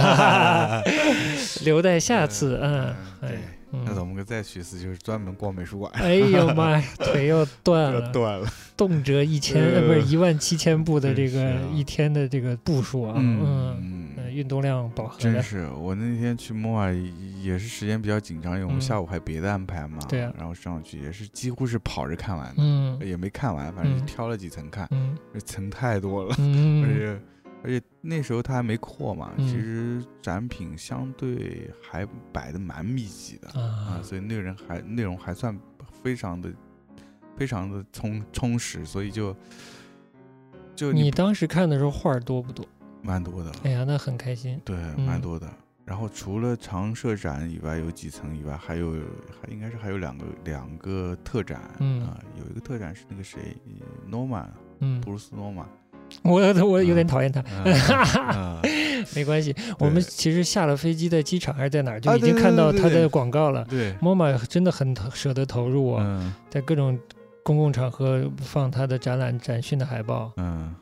留待下次。嗯， 嗯对， 嗯、 那我们再去一次就是专门逛美术馆。 哎呦妈呀，腿要断了， 断了， 动辄一千、呃、不是一万七千步的这个一天的这个步数啊，嗯。嗯运动量饱和的， 真是我那天去MoMA也是时间比较紧张，因为我们下午还别的安排嘛。 对、嗯、啊， 然后上去也是几乎是跑着看完的， 嗯， 也没看完，反正挑了几层看， 嗯， 层太多了， 嗯， 而且而且那时候它还没扩嘛， 嗯、 其实展品相对还摆的蛮密集的、 啊、 啊，所以内容还内容还算非常的非常的充充实，所以就就你, 你当时看的时候画多不多？ 蛮多的， 哎呀，那很开心。 对，蛮多的。嗯、然后除了常设展以外，有几层以外，还有还应该是还有两个两个特展。 嗯啊、呃，有一个特展是那个谁 ，Norman， 嗯， 布鲁斯 Norman。 我我有点讨厌他， 嗯嗯、 没关系。我们其实下了飞机，在机场还是在哪儿，就已经看到他的广告了。 对 ，MoMA 真的很舍得投入啊， 嗯、 在各种公共场合放他的展览展讯的海报。 嗯。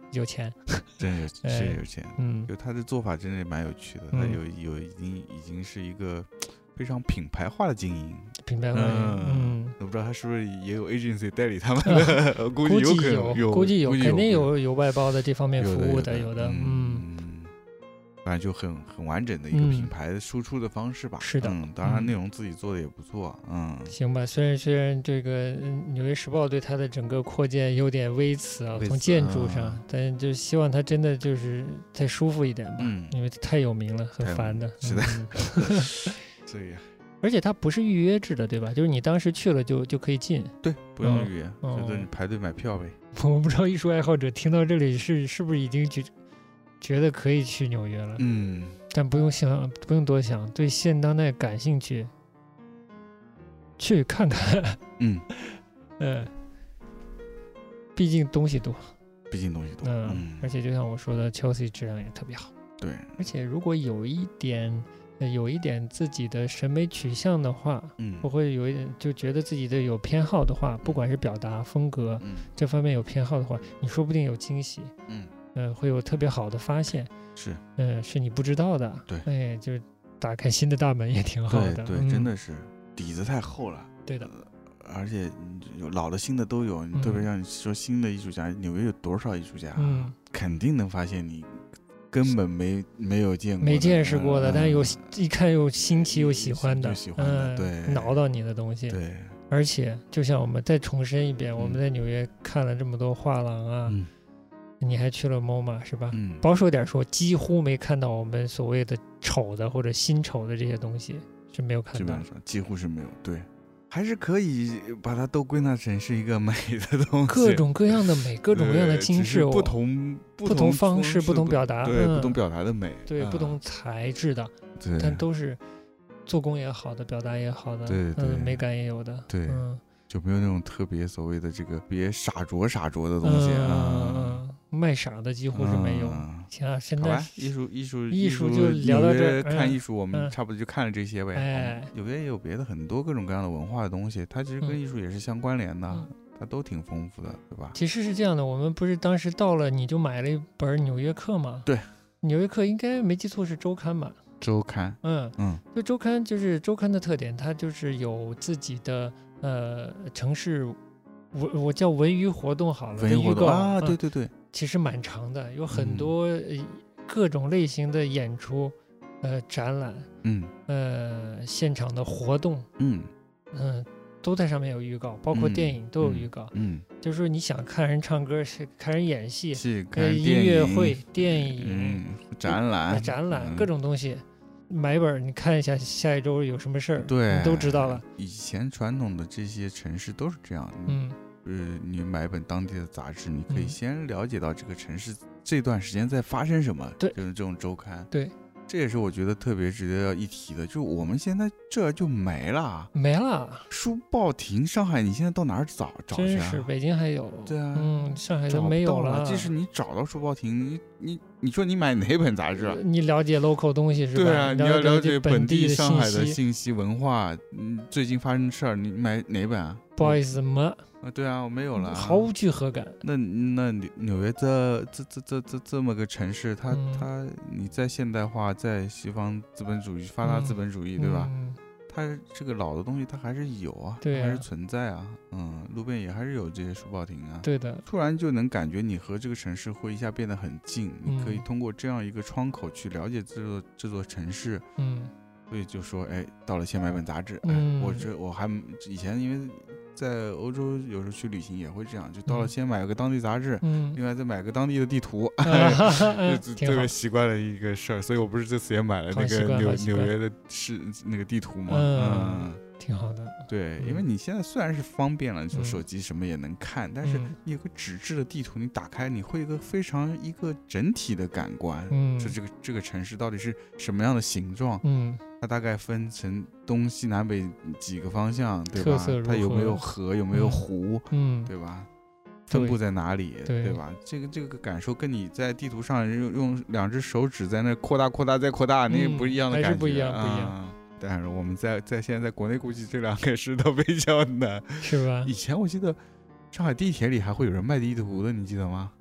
有钱， 真有是有钱。 嗯， 就他的做法真的蛮有趣的，他嗯有有已经已经是一个非常品牌化的经营。 品牌化， 嗯， 嗯， 我不知道他是不是也有 agency 代理他们的， 呃、 估计有可能有，估计有， 肯定有有外包的这方面服务的， 有的，嗯。 反正就很很完整的一个品牌输出的方式吧。 嗯、是的， 嗯，当然内容自己做的也不错。嗯， 行吧。虽然虽然这个《纽约时报》对它的整个扩建有点微词啊，从建筑上， 嗯、 但就希望它真的就是再舒服一点吧。 嗯， 因为太有名了，很烦的。 是的， 嗯、 这样。 而且它不是预约制的，对吧？就是你当时去了就就可以进。 对，不用预约， 嗯、 就是你排队买票呗。 我不知道艺术爱好者听到这里是是不是已经觉觉得可以去纽约了？ 嗯。 但不用想，不用多想，对现当代感兴趣，去看看。 嗯， 呃，毕竟东西多， 毕竟东西多。 嗯， 嗯而且就像我说的 ，Chelsea 质量也特别好。 对， 而且如果有一点，呃、有一点自己的审美取向的话， 嗯， 我会有一点就觉得自己的有偏好的话，不管是表达风格， 嗯， 这方面有偏好的话，你说不定有惊喜。 嗯， 呃，会有特别好的发现。 是， 嗯、呃，是你不知道的， 对， 哎，就是打开新的大门也挺好的， 对，对嗯、 真的是底子太厚了， 对的， 呃、而且有老的新的都有， 嗯、 特别像你说新的艺术家，纽约有多少艺术家， 嗯， 肯定能发现你根本没没有见过、 没见识过的， 嗯、 但是有一看又新奇又喜欢的， 喜欢的， 嗯、 对， 挠到你的东西， 对， 而且就像我们再重申一遍， 嗯、 我们在纽约看了这么多画廊啊。 嗯， 你还去了 M O M A 是吧？ 嗯， 保守点说，几乎没看到我们所谓的丑的或者新丑的这些东西是没有看到， 基本上几乎是没有。对，还是可以把它都归纳成是一个美的东西，各种各样的美，各种各样的精致， 不同不同方式、不同表达， 对、 嗯、 不同表达的美， 对、 嗯、 不同材质的， 对， 但都是做工也好的，表达也好的， 对对、 嗯，美感也有的， 对。 嗯， 就没有那种特别所谓的这个别傻着傻着的东西啊， 嗯，卖傻的几乎是没有。行啊，现在艺术艺术艺术就聊到这儿， 看艺术我们嗯差不多就看了这些呗。 哎， 纽约也有别的很多各种各样的文化的东西，它其实跟艺术也是相关联的， 嗯、 它都挺丰富的，对吧？ 其实是这样的，我们不是当时到了你就买了一本《纽约客》吗？ 对，《 纽约客》应该没记错是周刊吧？ 周刊， 嗯嗯， 就周刊就是周刊的特点，它就是有自己的呃城市。我我叫文娱活动好了， 文娱活动啊、 嗯， 对对对， 其实蛮长的，有很多、嗯、各种类型的演出，呃，展览， 嗯， 呃，现场的活动， 嗯嗯、呃，都在上面有预告，包括电影都有预告， 嗯，嗯就是说你想看人唱歌，是看人演戏， 是看音乐会、电影、 嗯、展览、 展览、 嗯、 各种东西。买一本你看一下下一周有什么事儿， 对， 你都知道了。 以前传统的这些城市都是这样， 嗯， 呃，你买一本当地的杂志，你可以先了解到这个城市这段时间在发生什么， 对， 就是这种周刊， 对， 这也是我觉得特别值得要一提的，就我们现在这就没了， 没了。 书报亭，上海你现在到哪儿找找去啊？ 真是，北京还有， 对啊， 嗯，上海都没有了。即使你找到书报亭，你你你说你买哪本杂志啊？ 你了解 local 东西是吧？ 对啊，你要了解本地上海的信息文化，嗯，最近发生的事儿，你买哪本啊？ 不好意思，没啊，对啊，我没有了， 毫无聚合感。 那那纽约这这这这这这么个城市，它、 嗯、 它你在现代化，在西方资本主义发达资本主义， 嗯、 对吧？ 嗯、 它这个老的东西它还是有啊， 对啊， 还是存在啊，嗯，路边也还是有这些书报亭啊。 对的， 突然就能感觉你和这个城市会一下变得很近， 嗯、 你可以通过这样一个窗口去了解这座这座城市。 嗯， 所以就说，哎，到了先买本杂志。 嗯， 哎、我这我还以前因为在欧洲有时候去旅行也会这样，就到了先买个当地杂志， 嗯， 另外再买个当地的地图， 啊、 特别习惯的一个事儿。所以我不是这次也买了那个纽纽约的是那个地图嘛， 嗯， 嗯挺好的。 对， 嗯、 因为你现在虽然是方便了，你说手机什么也能看， 嗯、 但是你有个纸质的地图，你打开你会有一个非常一个整体的感官， 嗯， 就这个这个城市到底是什么样的形状， 嗯。 它大概分成东西南北几个方向，对吧？ 特色如何， 它有没有河，有没有湖， 嗯， 对吧？分布在哪里， 对, 对吧？这个这个感受跟你在地图上用用两只手指在那扩大扩大再扩大， 嗯、 那不一样的感觉， 还是不一样，不一样。 啊、但是我们在在现在在国内估计这两个是都比较难， 是吧？ 以前我记得上海地铁里还会有人卖地图的，你记得吗？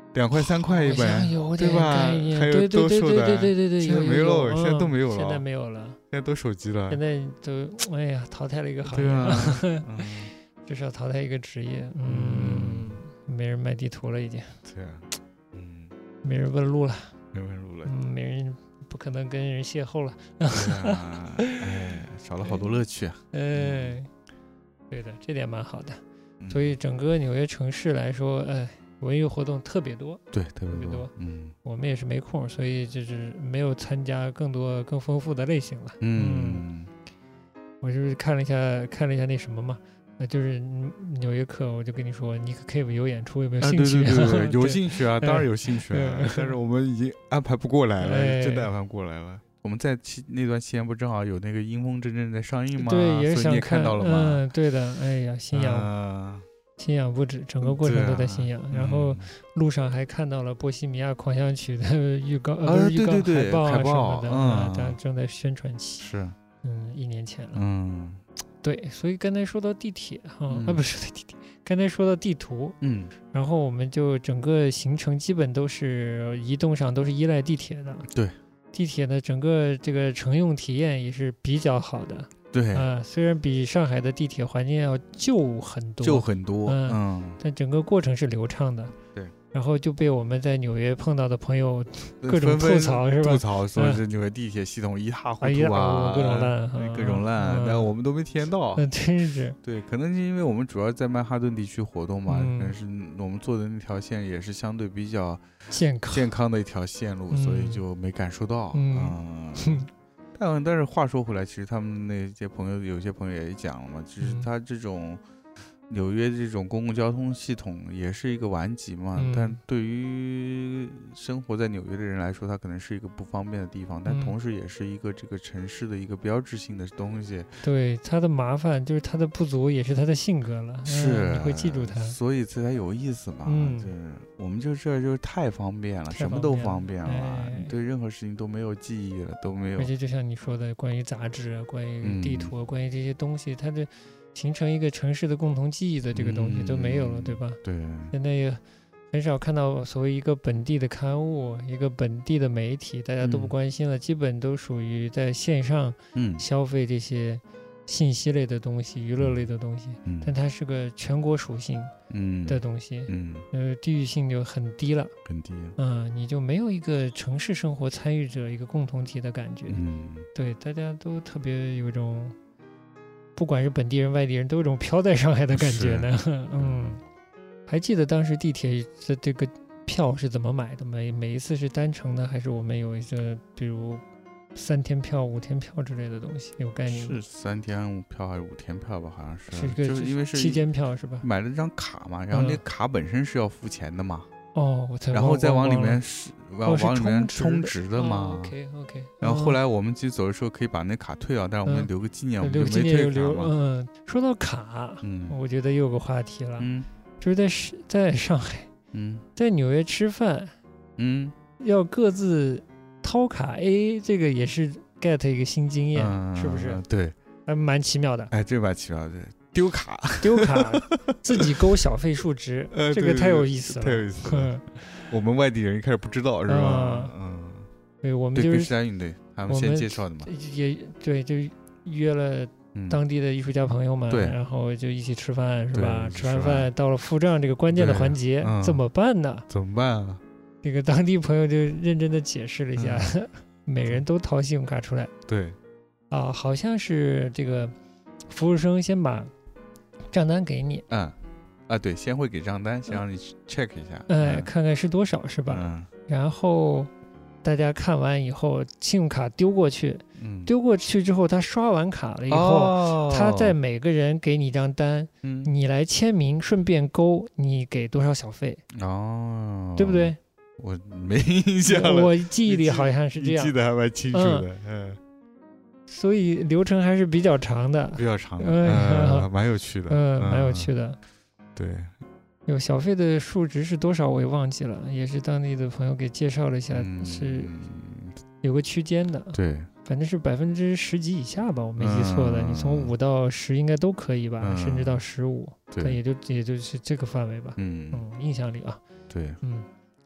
两块三块一本， 有对吧？还有兜售的， 对对对对， 现在没有， 现在都没有了， 现在没有了， 现在都手机了， 现在都哎呀淘汰了一个行业， 对啊， 至少淘汰一个职业，嗯，没人卖地图了已经， 对啊，嗯， 没人问路了， 没问路了， 嗯，没人不可能跟人邂逅了， 对啊，哎，少了好多乐趣啊， 哎，对的，这点蛮好的，所以整个纽约城市来说，哎。文娱活动特别多， 对，特别多， 嗯， 我们也是没空，所以就是没有参加更多更丰富的类型了。 嗯， 嗯我就是看了一下，看了一下那什么嘛，呃，就是纽约客，我就跟你说，Nick Cave 有演出，有没有兴趣？ 啊、对对对对，有兴趣啊，当然有兴趣啊，但是我们已经安排不过来了，哎、真的安排不过来了。我们在期那段期间不正好有那个《阴风阵阵》在上映吗？ 对，也是想看，看到了吗？ 嗯，对的，哎呀，信仰。啊信仰不止，整个过程都在信仰。啊、然后路上还看到了《波西米亚狂想曲》的预告，呃，不是预告， 对对对海报啊什么的， 嗯， 它正在宣传期。 是， 嗯，一年前了。 嗯， 对，所以刚才说到地铁哈，嗯、啊，不是地铁，刚才说到地图， 嗯， 然后我们就整个行程基本都是移动上都是依赖地铁的。 对， 地铁的整个这个乘用体验也是比较好的。 对啊、呃，虽然比上海的地铁环境要旧很多， 旧很多， 嗯， 嗯但整个过程是流畅的。 对， 然后就被我们在纽约碰到的朋友各种吐槽，是吧？ 吐槽说是纽约地铁系统一塌糊涂啊， 各种烂， 各种烂， 嗯、 但我们都没体验到。 那、嗯、真是。 对，可能是因为我们主要在曼哈顿地区活动嘛， 嗯、 可能是我们坐的那条线也是相对比较健康健康的一条线路， 嗯、 所以就没感受到。 嗯。 嗯但但是话说回来，其实他们那些朋友，有些朋友也讲了嘛，就是他这种纽约这种公共交通系统也是一个顽疾嘛， 嗯、 但对于生活在纽约的人来说，它可能是一个不方便的地方，但同时也是一个这个城市的一个标志性的东西。 对，它的麻烦就是它的不足，也是它的性格了。 是， 嗯、你会记住它， 所以这才有意思嘛。 嗯， 就是我们就这就是太方便了，什么都方便了， 哎、 你对任何事情都没有记忆了，都没有。 而且就像你说的，关于杂志、关于地图、嗯、关于这些东西，它的形成一个城市的共同记忆的这个东西都没有了， 嗯、 对吧？ 对。 现在也很少看到所谓一个本地的刊物、一个本地的媒体，大家都不关心了，嗯、基本都属于在线上消费这些信息类的东西、嗯、娱乐类的东西。嗯、但它是个全国属性的东西， 嗯， 呃，地域性就很低了， 很低。 嗯，你就没有一个城市生活参与者、一个共同体的感觉。 嗯， 对，大家都特别有一种。不管是本地人、外地人，都有种飘在上海的感觉呢。嗯，还记得当时地铁的这个票是怎么买的吗？每每一次是单程的，还是我们有一个比如三天票、五天票之类的东西？有概念吗？ 是三天票还是五天票吧？好像是， 是一个就是因为是期间票是吧？ 买了张卡嘛，然后那卡本身是要付钱的嘛。 哦，我才然后再往里面是往、 哦、 往里面充值的嘛。 哦、OK OK。 然后后来我们其实走的时候可以把那卡退掉，嗯、但是我们留个纪念， 嗯、 我们就没退卡嘛。 嗯，说到卡，嗯，我觉得又有个话题了， 嗯， 就是在在上海， 嗯， 在纽约吃饭， 嗯， 要各自掏卡 A， 这个也是 get 一个新经验， 嗯、 是不是？ 对， 还蛮奇妙的。 哎，这蛮奇妙的。丢卡， 丢卡，自己勾小费数值， 呃、 这个太有意思了， 太有意思了。我们外地人一开始不知道，是吧？嗯， 对，我们就是对，对，他们先介绍的嘛。 也对，就约了当地的艺术家朋友们， 嗯、 然后就一起吃饭，是吧？吃完饭到了付账这个关键的环节， 嗯、 怎么办呢？ 怎么办啊？ 这个当地朋友就认真的解释了一下，嗯、每人都掏信用卡出来。 对， 啊，好像是这个服务生先把账单给你， 嗯，啊，对，先会给账单，先让你 check 一下， 哎，嗯、看看是多少，是吧？ 嗯， 然后大家看完以后，信用卡丢过去， 嗯， 丢过去之后，他刷完卡了以后， 哦、 他再每个人给你一张单， 嗯， 你来签名，顺便勾你给多少小费， 哦， 对不对？ 我没印象了， 我记忆里好像是这样， 记得还蛮清楚的，嗯。嗯， 所以流程还是比较长的， 比较长的，嗯，蛮有趣的， 嗯，蛮有趣的。 对， 有小费的数值是多少我也忘记了，也是当地的朋友给介绍了一下， 嗯、 是有个区间的， 对， 反正是百分之十几以下吧，我没记错的， 嗯、 你从五到十应该都可以吧， 嗯、 甚至到十五， 对， 也就也就是这个范围吧， 嗯嗯，印象里啊， 对， 嗯。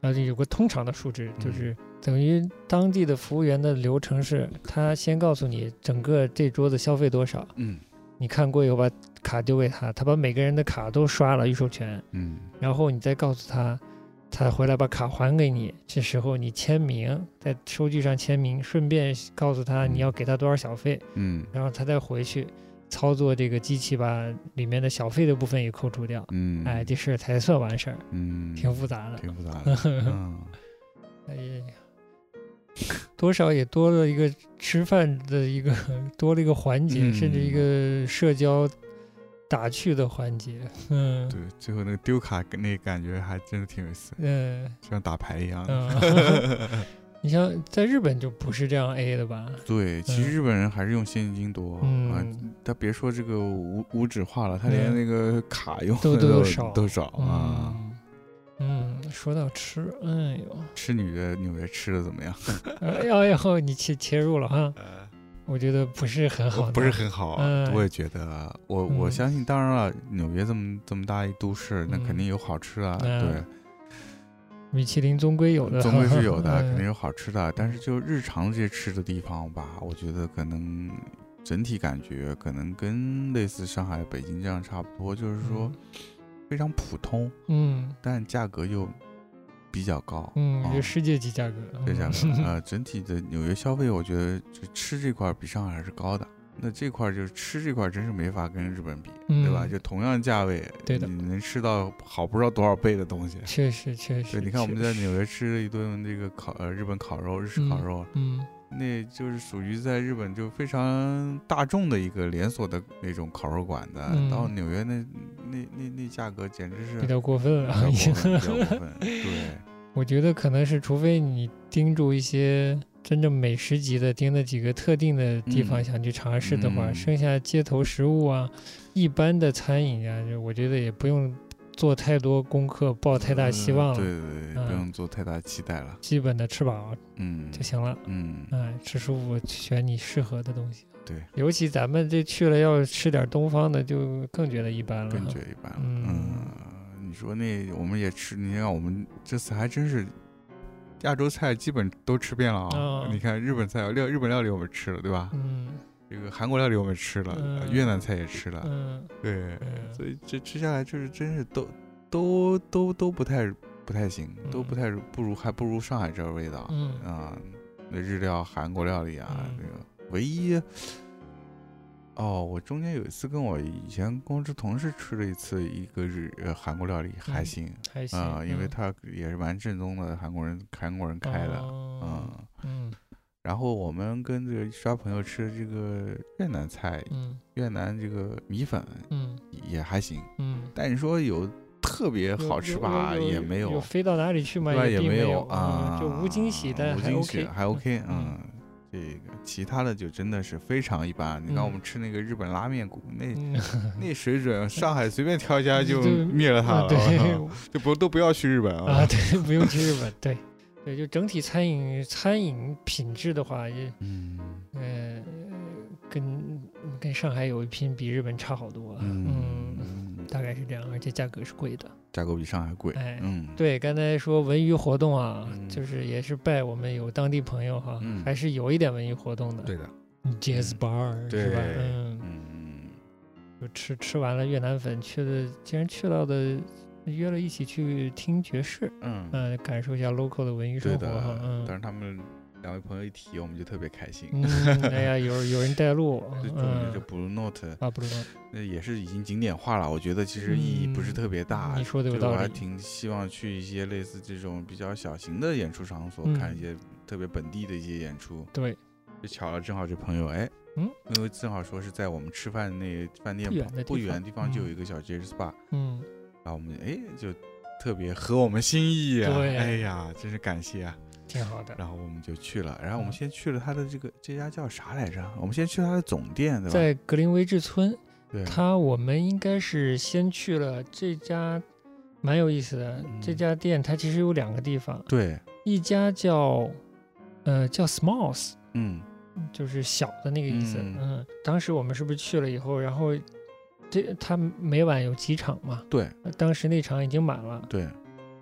啊，有个通常的数值，就是等于当地的服务员的流程是，他先告诉你整个这桌子消费多少， 嗯， 你看过以后把卡丢给他，他把每个人的卡都刷了预授权， 嗯， 然后你再告诉他，他回来把卡还给你，这时候你签名，在收据上签名，顺便告诉他你要给他多少小费， 嗯，然后他再回去操作这个机器，把里面的小费的部分也扣除掉， 嗯， 哎，这事才算完事儿， 嗯， 挺复杂的， 挺复杂的，嗯， 哎呀，多少也多了一个吃饭的一个多了一个环节， 嗯、 甚至一个社交打趣的环节，嗯， 对，最后那个丢卡那感觉还真的挺有意思， 嗯， 像打牌一样， 嗯。你像在日本就不是这样 A 的吧？ 对，其实日本人还是用现金多、 嗯、 啊，他别说这个无无纸化了，他连那个卡用都都都少都少啊。 嗯，说到吃，哎呦， 吃女的纽约吃的怎么样？ 哎呦哎呦，你切切入了哈。我觉得不是很好， 不是很好， 嗯、 我也觉得，我、嗯、我相信，当然了，纽约这么这么大一都市，那肯定有好吃的， 嗯、 对。 米其林终归有的， 终归是有的，肯定有好吃的。但是就日常这些吃的地方吧，我觉得可能整体感觉可能跟类似上海、北京这样差不多，就是说非常普通， 嗯， 但价格又比较高， 嗯，就世界级价格， 这价格呃，整体的纽约消费，我觉得就吃这块比上海还是高的。那这块就是吃这块真是没法跟日本比， 嗯、 对吧？就同样价位， 对的， 你能吃到好不知道多少倍的东西。 确实确实。 对，你看我们在纽约吃了一顿这个烤呃日本烤肉，日式烤肉， 嗯， 嗯那就是属于在日本就非常大众的一个连锁的那种烤肉馆的，嗯、到纽约那那那那价格简直是比较过分了， 比较过分，比较过分。对， 我觉得可能是除非你盯住一些。真正美食级的，盯着几个特定的地方想去尝试的话， 嗯、 剩下街头食物啊，一般的餐饮啊，就我觉得也不用做太多功课，抱太大希望了。 嗯、对对对、嗯，不用做太大期待了。 基本的吃饱， 嗯， 就行了。 嗯， 哎，吃舒服，选你适合的东西。 对， 尤其咱们这去了要吃点东方的，就更觉得一般了。 更觉得一般了。 嗯， 嗯你说那我们也吃，你看我们这次还真是。亚洲菜基本都吃遍了啊！ 哦、 你看日本菜料，日本料理我们吃了，对吧？ 嗯， 这个韩国料理我们吃了， 嗯、 越南菜也吃了， 嗯， 对， 嗯、 所以这吃下来就是真是都都都都不太不太行， 嗯、 都不太不如还不如上海这味道， 嗯啊，那日料、韩国料理啊， 嗯、 这个唯一。哦，我中间有一次跟我以前公司同事吃了一次一个日呃韩国料理，还行， 嗯、还行啊、 呃， 因为他也是蛮正宗的韩国人，韩国人开的， 哦、 嗯嗯。 然后我们跟这个刷朋友吃的这个越南菜， 嗯， 越南这个米粉， 嗯， 也还行， 嗯， 但你说有特别好吃吧，也没有， 有飞到哪里去嘛， 也没有啊、嗯，就无惊喜，但还 OK， 还 OK， 嗯。 嗯这个其他的就真的是非常一般。你看我们吃那个日本拉面，那、嗯、那水准，上海随便挑一家就灭了它了。 对， 就不都不要去日本啊！ 啊，对，不用去日本。对，对，就整体餐饮餐饮品质的话，也嗯呃跟跟上海有一拼，比日本差好多。嗯。嗯大概是这样，而且价格是贵的， 价格比上海贵。 哎， 嗯， 对，刚才说文娱活动啊， 嗯、 就是也是拜我们有当地朋友哈， 嗯、 还是有一点文娱活动的。 对的 ，Jazz Bar、 嗯、 是吧？ 嗯嗯，就吃吃完了越南粉，去的竟然去到的，约了一起去听爵士， 嗯嗯、呃，感受一下 local 的文娱生活哈。嗯， 但是他们。两位朋友一提，我们就特别开心。 嗯，哎呀，有有人带路， 这终于就 Blue Note 啊 ，Blue Note 那也是已经景点化了。我觉得其实意义不是特别大。 嗯、你说的有道理。 我还挺希望去一些类似这种比较小型的演出场所， 嗯、 看一些特别本地的一些演出。 对， 就巧了，正好这朋友哎， 嗯， 因为正好说是在我们吃饭那饭店不远的地方就有一个小 Jazz Bar， 嗯， 然后我们哎就特别合我们心意啊。 对， 哎呀，真是感谢啊。 挺好的， 然后我们就去了，然后我们先去了他的这个这家叫啥来着？我们先去他的总店，对吧？ 在格林威治村。 对， 他我们应该是先去了这家，蛮有意思的。嗯、这家店它其实有两个地方， 对， 一家叫呃叫 Smalls， 嗯， 就是小的那个意思。 嗯， 嗯当时我们是不是去了以后，然后这他每晚有几场嘛？ 对， 当时那场已经满了。 对。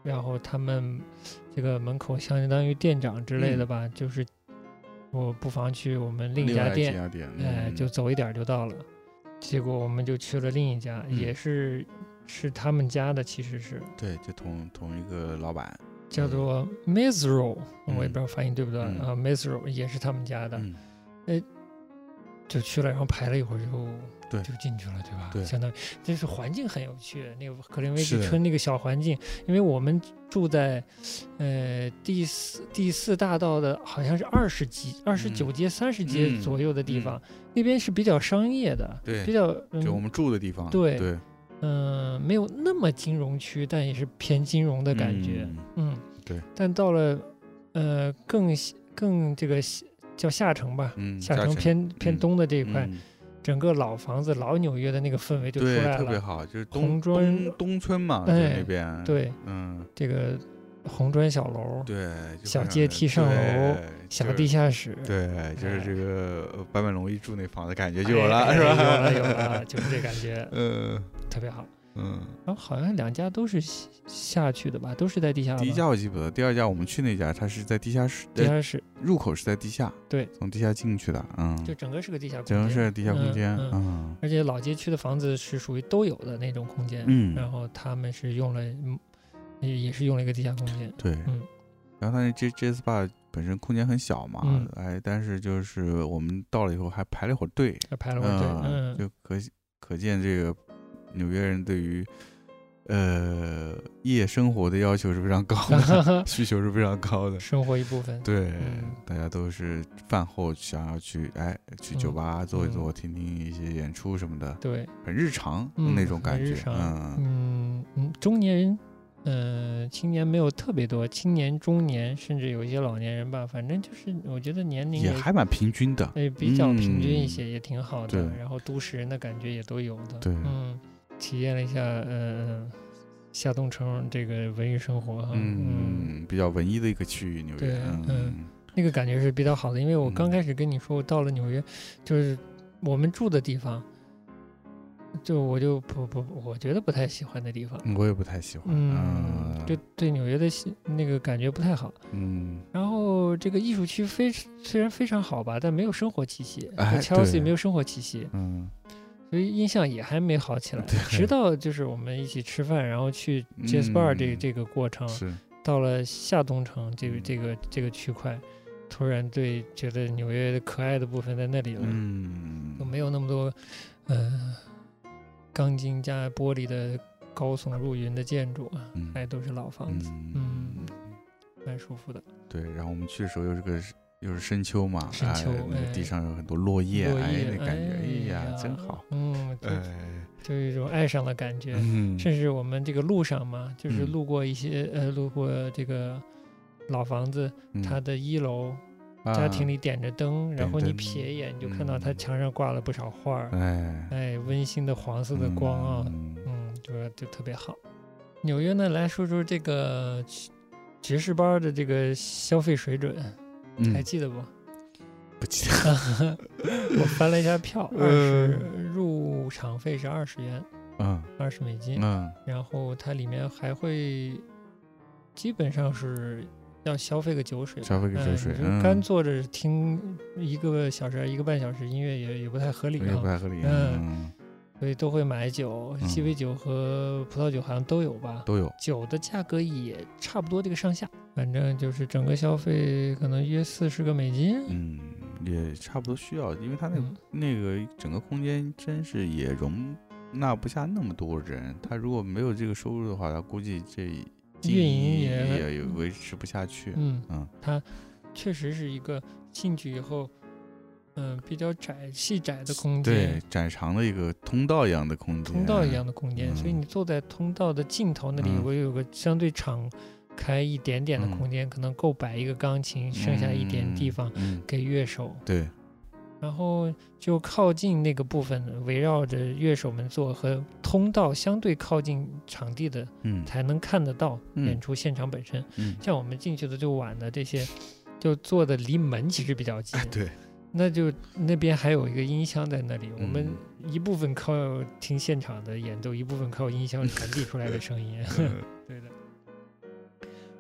然后他们这个门口相当于店长之类的吧，嗯、就是我不妨去我们另一家店， 家店哎， 嗯、 就走一点就到了。结果我们就去了另一家，嗯、也是是他们家的，其实是对，就同同一个老板， 叫做 Mesro， 嗯、 我也不知道发音对不对、 嗯、 啊 ，Mesro 也是他们家的， 嗯、 哎，就去了，然后排了一会儿就。 对， 就进去了，对吧？ 对， 相当于就是环境很有趣，那个可林威治村那个小环境，因为我们住在呃第四第四大道的，好像是二十几、二十九街、三十街左右的地方， 嗯嗯、 那边是比较商业的， 对， 比较、 嗯、就我们住的地方， 对对， 嗯、呃，没有那么金融区，但也是偏金融的感觉， 嗯， 嗯对。 但到了呃更更这个叫下城吧， 嗯， 下城偏偏东的这一块。 嗯整个老房子、老纽约的那个氛围就出来了， 对，特别好，就是东红砖东东村嘛， 哎、 那边， 对， 嗯， 这个红砖小楼， 对， 小阶梯上楼，小地下室， 对，就是这个坂本龙一住那房子感觉就有了， 哎、 是吧？ 有了，有了，就是这感觉， 嗯， 特别好。 嗯， 然后好像两家都是下去的吧，都是在地下。 第一家我记不得，第二家我们去那家，它是在地下室， 地下室入口是在地下， 对， 从地下进去的，嗯， 就整个是个地下空间， 整个是地下空间， 嗯， 嗯， 而且老街区的房子是属于都有的那种空间， 嗯， 然后他们是用了，也也是用了一个地下空间， 对， 嗯， 然后它那 J J S Bar 本身空间很小嘛， 嗯、 哎，但是就是我们到了以后还排了一会儿队， 还排了会儿队，嗯， 就可可见这个纽约人对于。呃，夜生活的要求是非常高的，需求是非常高的， 生活一部分。 对， 嗯、 大家都是饭后想要去，哎，去酒吧坐一坐，嗯、听听一些演出什么的， 对， 很日常、 嗯、 那种感觉。 很日常， 嗯嗯嗯，中年人，嗯、呃，青年没有特别多，青年、中年，甚至有一些老年人吧，反正就是我觉得年龄也, 也还蛮平均的， 哎，比较平均一些，嗯、也挺好的。 对， 然后都市人的感觉也都有的， 对， 嗯。体验了一下，呃，下东城这个文艺生活哈， 嗯，嗯比较文艺的一个区域，纽约， 嗯， 嗯那个感觉是比较好的。因为我刚开始跟你说，我到了纽约，就是我们住的地方，就我就不不，我觉得不太喜欢的地方， 我也不太喜欢， 嗯，嗯就对纽约的那个感觉不太好， 嗯。 然后这个艺术区非虽然非常好吧，但没有生活气息， 哎 ，Chelsea 没有生活气息， 嗯。 所以印象也还没好起来，直到就是我们一起吃饭，然后去 J S Bar 这、嗯、这个过程，到了下东城这个这个这个区块，突然对觉得纽约的可爱的部分在那里了， 嗯， 就没有那么多呃钢筋加玻璃的高耸入云的建筑啊， 嗯、 还都是老房子，嗯，嗯蛮舒服的。 对，然后我们去的时候又是个。又是深秋嘛， 深秋， 哎、那个地上有很多落叶， 落叶哎，那感觉， 哎呀，哎真好， 嗯，就、 哎、 就有一种爱上的感觉。 嗯、 甚至我们这个路上嘛，就是路过一些、嗯、呃，路过这个老房子， 嗯、 它的一楼、 啊、 家庭里点着灯，然后你瞥一眼就看到它墙上挂了不少画， 哎、 嗯，哎，温馨的黄色的光啊， 嗯， 嗯就就特别好。纽约呢，来说说这个爵士班的这个消费水准， 嗯、 还记得不？ 不记得， 我翻了一下票，二十入场费是二十元， 嗯， 二十美金， 嗯， 然后它里面还会基本上是要消费个酒水， 消费个酒水， 嗯，干坐着听一个小时、一个半小时音乐也也不太合理， 也不太合理， 嗯，所以都会买酒，鸡尾酒和葡萄酒好像都有吧， 都有， 酒的价格也差不多这个上下，反正就是整个消费可能约四十个美金， 嗯。也差不多需要，因为它那、 嗯、 那个整个空间真是也容纳不下那么多人。他如果没有这个收入的话，他估计这运营也也维持不下去。 嗯嗯， 它确实是一个进去以后，嗯、呃，比较窄细窄的空间， 对，窄长的一个通道一样的空间， 通道一样的空间。 嗯、 所以你坐在通道的尽头那里，我、嗯、有个相对敞开一点点的空间、嗯、可能够摆一个钢琴、嗯、剩下一点地方给乐手、 嗯、对， 然后就靠近那个部分围绕着乐手们坐，和通道相对靠近场地的、 嗯、 才能看得到演出现场本身、 嗯、 像我们进去的就晚的这些就坐的离门其实比较近、 啊、对， 那就那边还有一个音箱在那里、 嗯、 我们一部分靠听现场的演奏，一部分靠音箱传递出来的声音对的。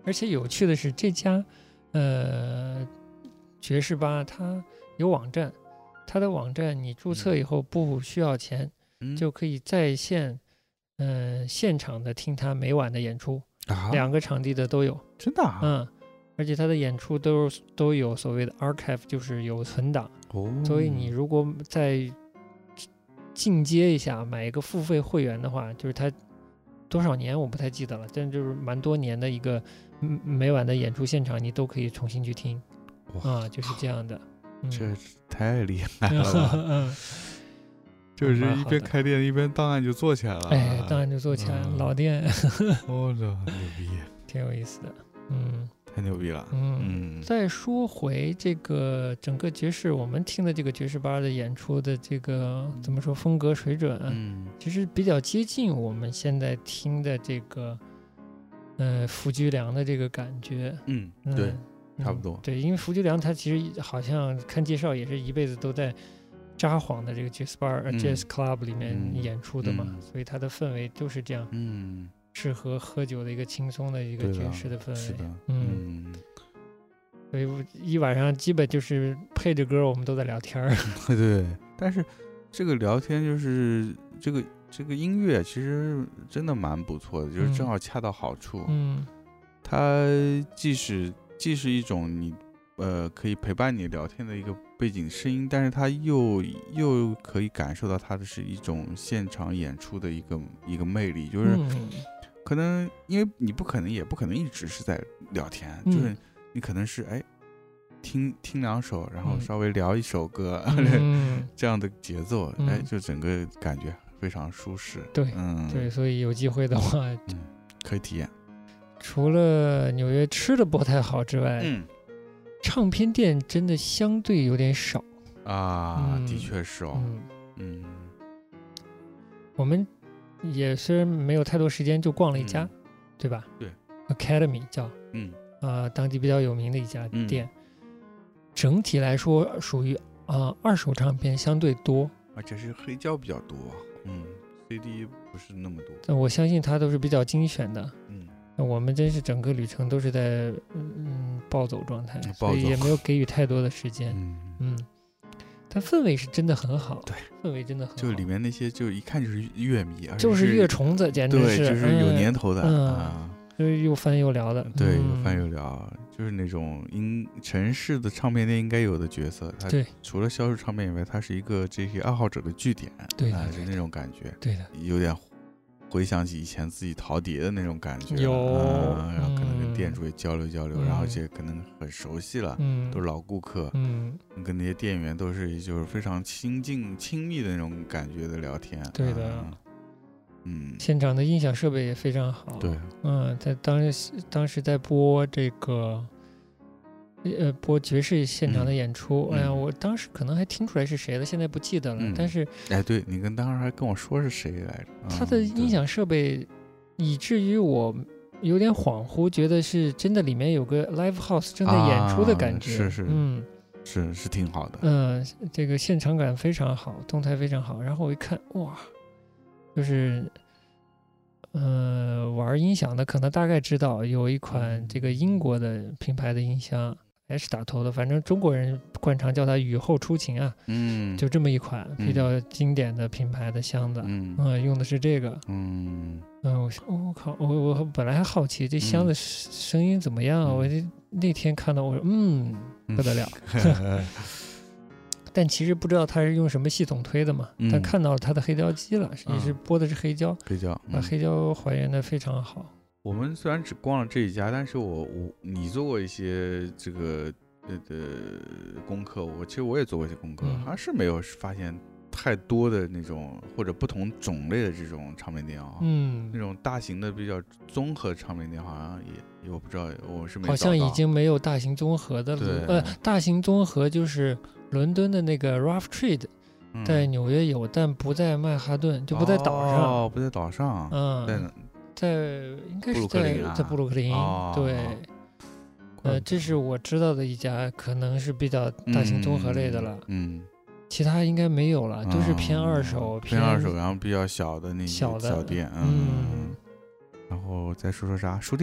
而且有趣的是，这家呃爵士吧，它有网站，它的网站你注册以后不需要钱， 嗯、 就可以在线，嗯、呃，现场的听他每晚的演出， 啊， 两个场地的都有， 真的、啊， 嗯，而且他的演出都都有所谓的 archive， 就是有存档， 哦， 所以你如果再进阶一下，买一个付费会员的话，就是他多少年我不太记得了，但就是蛮多年的一个每晚的演出现场，你都可以重新去听，啊，就是这样的，嗯、 这太厉害了，嗯。就是一边开店一边档案就做起来了， 哎，档案就做起来了，嗯、老店， 哦，这牛逼， 挺有意思的，嗯， 太牛逼了， 嗯嗯。再说回这个整个爵士，我们听的这个爵士吧的演出的这个怎么说风格水准， 嗯， 其实比较接近我们现在听的这个，呃，福居良的这个感觉， 嗯，对，嗯、差不多， 对，因为福居良他其实好像看介绍也是一辈子都在札幌的这个 jazz bar、嗯、jazz club 里面演出的嘛， 嗯、 所以它的氛围就是这样， 嗯， 适合喝酒的一个轻松的一个爵士的氛围， 是的， 嗯，嗯所以一晚上基本就是配着歌，我们都在聊天儿。 对，但是这个聊天就是这个这个音乐其实真的蛮不错的，就是正好恰到好处， 嗯， 它既是既是一种你。呃，可以陪伴你聊天的一个背景声音，但是它又又可以感受到它的是一种现场演出的一个一个魅力，就是可能因为你不可能也不可能一直是在聊天， 嗯、 就是你可能是哎听听两首，然后稍微聊一首歌， 嗯、 这样的节奏， 嗯、 哎，就整个感觉非常舒适。 对， 嗯， 对，所以有机会的话， 嗯，可以体验。 除了纽约吃的不太好之外， 嗯。 唱片店真的相对有点少啊，嗯、的确是哦。 嗯嗯， 我们也是没有太多时间，就逛了一家， 嗯、 对吧？ 对 ，Academy 叫， 嗯， 啊、呃，当地比较有名的一家店。 嗯、 整体来说，属于啊、呃、二手唱片相对多， 而且是黑胶比较多。嗯 ，C D 不是那么多。 我相信它都是比较精选的。 嗯。 我们真是整个旅程都是在嗯暴走状态， 嗯、 所以也没有给予太多的时间。 嗯嗯，但氛围是真的很好， 对， 氛围真的很好。 就里面那些就一看就是乐迷， 就是乐虫子，简直是对，就是有年头的、 嗯、 啊， 就是又翻又聊的。 对， 嗯、 又翻又聊，就是那种应城市的唱片店应该有的角色。它对， 除了销售唱片以外，它是一个这些爱好者的据点， 对啊，是那种感觉。 对的， 有点。回想起以前自己陶碟的那种感觉， 有、 嗯，然后可能跟店主也交流交流， 嗯、 然后且可能很熟悉了， 嗯， 都是老顾客， 嗯， 跟那些店员都是就是非常亲近、亲密的那种感觉的聊天。 对的， 嗯， 现场的音响设备也非常好。 对， 嗯，在当时当时在播这个。呃，播爵士现场的演出， 嗯、 哎呀，我当时可能还听出来是谁了，现在不记得了。 嗯、 但是， 哎，对你跟当时还跟我说是谁来着？ 他的音响设备，嗯、以至于我有点恍惚，觉得是真的里面有个 live house 正在演出的感觉。 啊、是是， 嗯， 是是挺好的。 嗯，这个现场感非常好，动态非常好。然后我一看，哇，就是。呃，玩音响的可能大概知道有一款这个英国的品牌的音箱 H 打头的，反正中国人惯常叫它雨后初晴啊， 嗯， 就这么一款比较经典的品牌的箱子， 嗯， 呃、用的是这个， 嗯， 嗯、呃，我我、哦、靠，我我本来还好奇这箱子声音怎么样， 嗯、 我这那天看到我说，嗯，不得了。嗯但其实不知道它是用什么系统推的嘛， 嗯、 但看到了它的黑胶机了，也是播的是黑胶， 黑胶， 把黑胶还原的非常好。 我们虽然只逛了这一家，但是我我你做过一些这个呃的功课，我其实我也做过一些功课， 嗯、 还是没有发现太多的那种或者不同种类的这种唱片店啊， 嗯， 那种大型的比较综合唱片店好像也我不知道，我是没好像已经没有大型综合的了，呃，大型综合就是伦敦的那个 Rough Trade， 嗯、 在纽约有，但不在曼哈顿，就不在岛上， 哦，不在岛上， 嗯， 在在应该是在在、啊、 在布鲁克林， 哦、 对。呃，这是我知道的一家，可能是比较大型综合类的了。 嗯，嗯其他应该没有了，都是偏二手， 嗯、偏二手，然后比较小的那些小店。嗯， 嗯然后再说说啥？书店，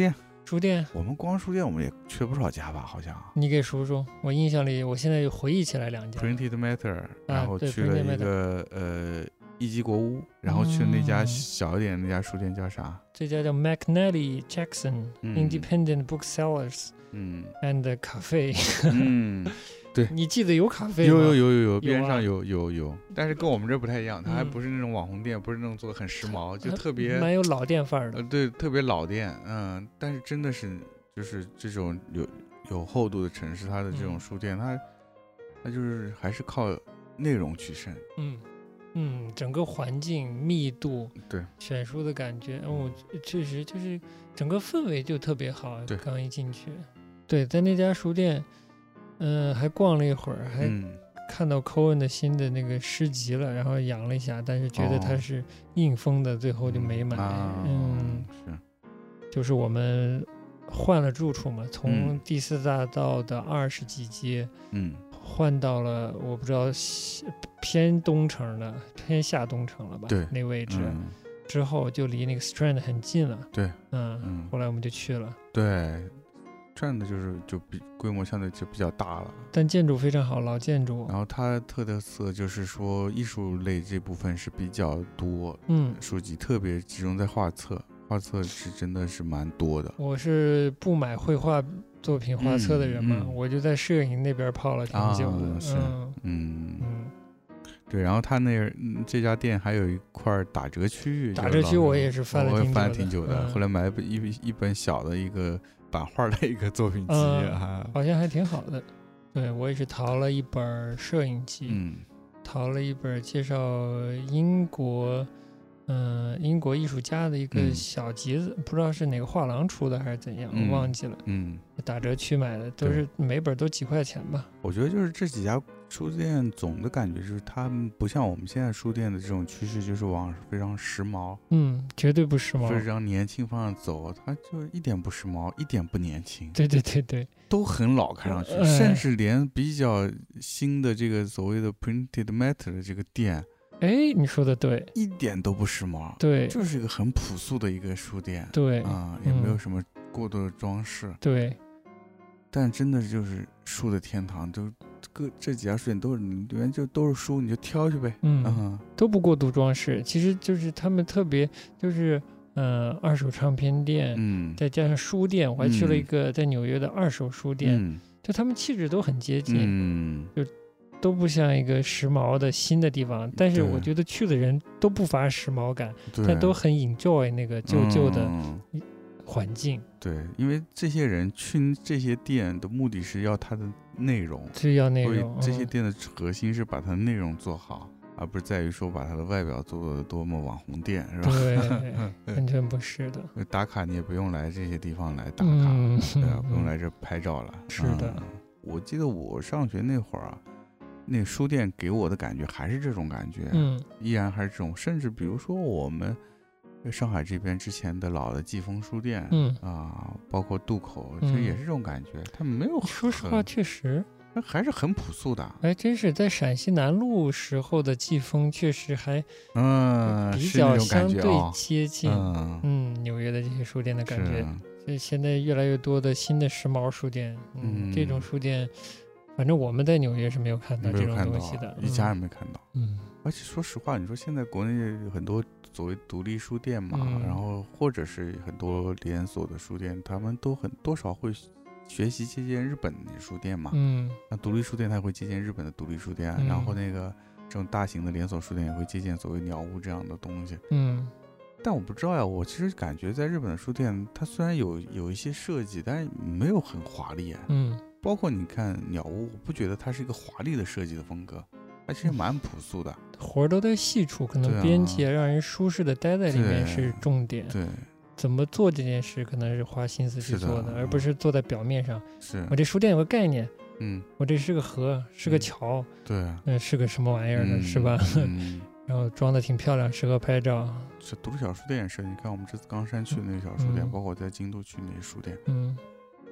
书店， 我们光书店我们也去了不少家吧，好像。 你给数数，我印象里，我现在回忆起来两家。 Printed Matter， 然后对去了 Printed 一个呃一级国屋，然后去那家小一点的那家书店叫啥？ 这家叫 McNally Jackson、 嗯、 Independent Booksellers， 嗯 and Cafe。 嗯，对， 你记得有咖啡吗？ 有有有有有，边有啊上有有有，但是跟我们这不太一样，它还不是那种网红店，不是那种做的很时髦，就特别蛮有老店范儿的。 呃，对，特别老店，嗯，但是真的是就是这种有有厚度的城市，它的这种书店， 嗯、 它它就是还是靠内容取胜。 嗯嗯，整个环境密度， 对， 选书的感觉，哦，确实就是整个氛围就特别好。 对， 刚一进去，对，在那家书店。嗯，还逛了一会儿，还看到 Cohen 的新的那个诗集了，然后养了一下，但是觉得它是硬封的，哦、最后就没买。 啊、 嗯， 是， 就是我们换了住处嘛，从第四大道的二十几街， 嗯， 换到了我不知道偏东城的，偏下东城了吧？ 对， 那位置、 嗯、 之后就离那个 Strand 很近了。 对， 嗯， 嗯后来我们就去了。 对。转的就是就比规模相对就比较大了， 但建筑非常好，老建筑。 然后它特色就是说艺术类这部分是比较多， 嗯， 书籍特别集中在画册，画册是真的是蛮多的。 我是不买绘画作品画册的人嘛， 嗯嗯、 我就在摄影那边泡了挺久的。 啊、是， 嗯嗯, 嗯对，然后他那这家店还有一块打折区域， 打折区我也是翻了挺久的， 翻了挺久的。 嗯、 后来买了一一本小的一个版画的一个作品集， 嗯啊、 好像还挺好的。对，我也是淘了一本摄影集， 嗯， 淘了一本介绍英国，嗯、呃，英国艺术家的一个小集子，嗯、不知道是哪个画廊出的还是怎样， 嗯、 我忘记了。 嗯， 打折区买的，都是每本都几块钱吧。 我觉得就是这几家书店总的感觉就是他们不像我们现在书店的这种趋势，就是往非常时髦， 嗯，绝对不时髦， 非常年轻方向走，它就一点不时髦，一点不年轻， 对对对对， 都很老，看上去， 呃、 甚至连比较新的这个所谓的 Printed Matter 的这个店， 哎，你说的对， 一点都不时髦， 对， 就是一个很朴素的一个书店， 对啊、嗯，也没有什么过多的装饰， 对。 但真的就是书的天堂，都各这几家书店都是里面就都是书，你就挑去呗， 嗯， 嗯都不过度装饰，其实就是他们特别就是呃二手唱片店， 嗯， 再加上书店，我还去了一个在纽约的二手书店， 嗯、 就他们气质都很接近， 嗯， 就都不像一个时髦的新的地方，但是我觉得去的人都不乏时髦感，但都很 enjoy 那个旧旧的。 嗯环境对，因为这些人去这些店的目的是要它的内容， 是要内容。 这些店的核心是把它的内容做好，嗯、而不是在于说把它的外表做的多么网红店，是吧？ 对，完全不是的。 打卡你也不用来这些地方来打卡， 嗯、 对啊，不用来这拍照了。 是的、 嗯，我记得我上学那会儿啊，那书店给我的感觉还是这种感觉， 嗯， 依然还是这种，甚至比如说我们。上海这边之前的老的季风书店， 嗯啊，包括渡口， 嗯、 这也是这种感觉，它没有。 说实话，确实还是很朴素的。 哎，真是在陕西南路时候的季风，确实还嗯比较相对接近， 嗯, 嗯，纽约的这些书店的感觉。所以现在越来越多的新的时髦书店，嗯，嗯这种书店，反正我们在纽约是没有看到这种东西的， 一家也没看到。 嗯， 而且说实话，你说现在国内有很多。所谓独立书店嘛、 嗯， 然后或者是很多连锁的书店，他们都很多少会学习借鉴日本的书店嘛。 嗯， 那独立书店它会借鉴日本的独立书店， 嗯、 然后那个这种大型的连锁书店也会借鉴所谓鸟屋这样的东西。 嗯， 但我不知道呀，我其实感觉在日本的书店，它虽然有有一些设计，但是没有很华丽。 嗯， 包括你看鸟屋，我不觉得它是一个华丽的设计的风格。它其实蛮朴素的， 活都在细处，可能边界让人舒适的待在里面是重点。 对， 怎么做这件事，可能是花心思去做的，而不是做在表面上。 是我这书店有个概念， 嗯， 我这是个河，是个桥， 对， 嗯，是个什么玩意儿的， 嗯、 是吧？ 嗯、 然后装的挺漂亮，适合拍照。 是独立小书店也是，你看我们这次冈山去的那个小书店， 嗯、 包括在京都去那些书店， 嗯。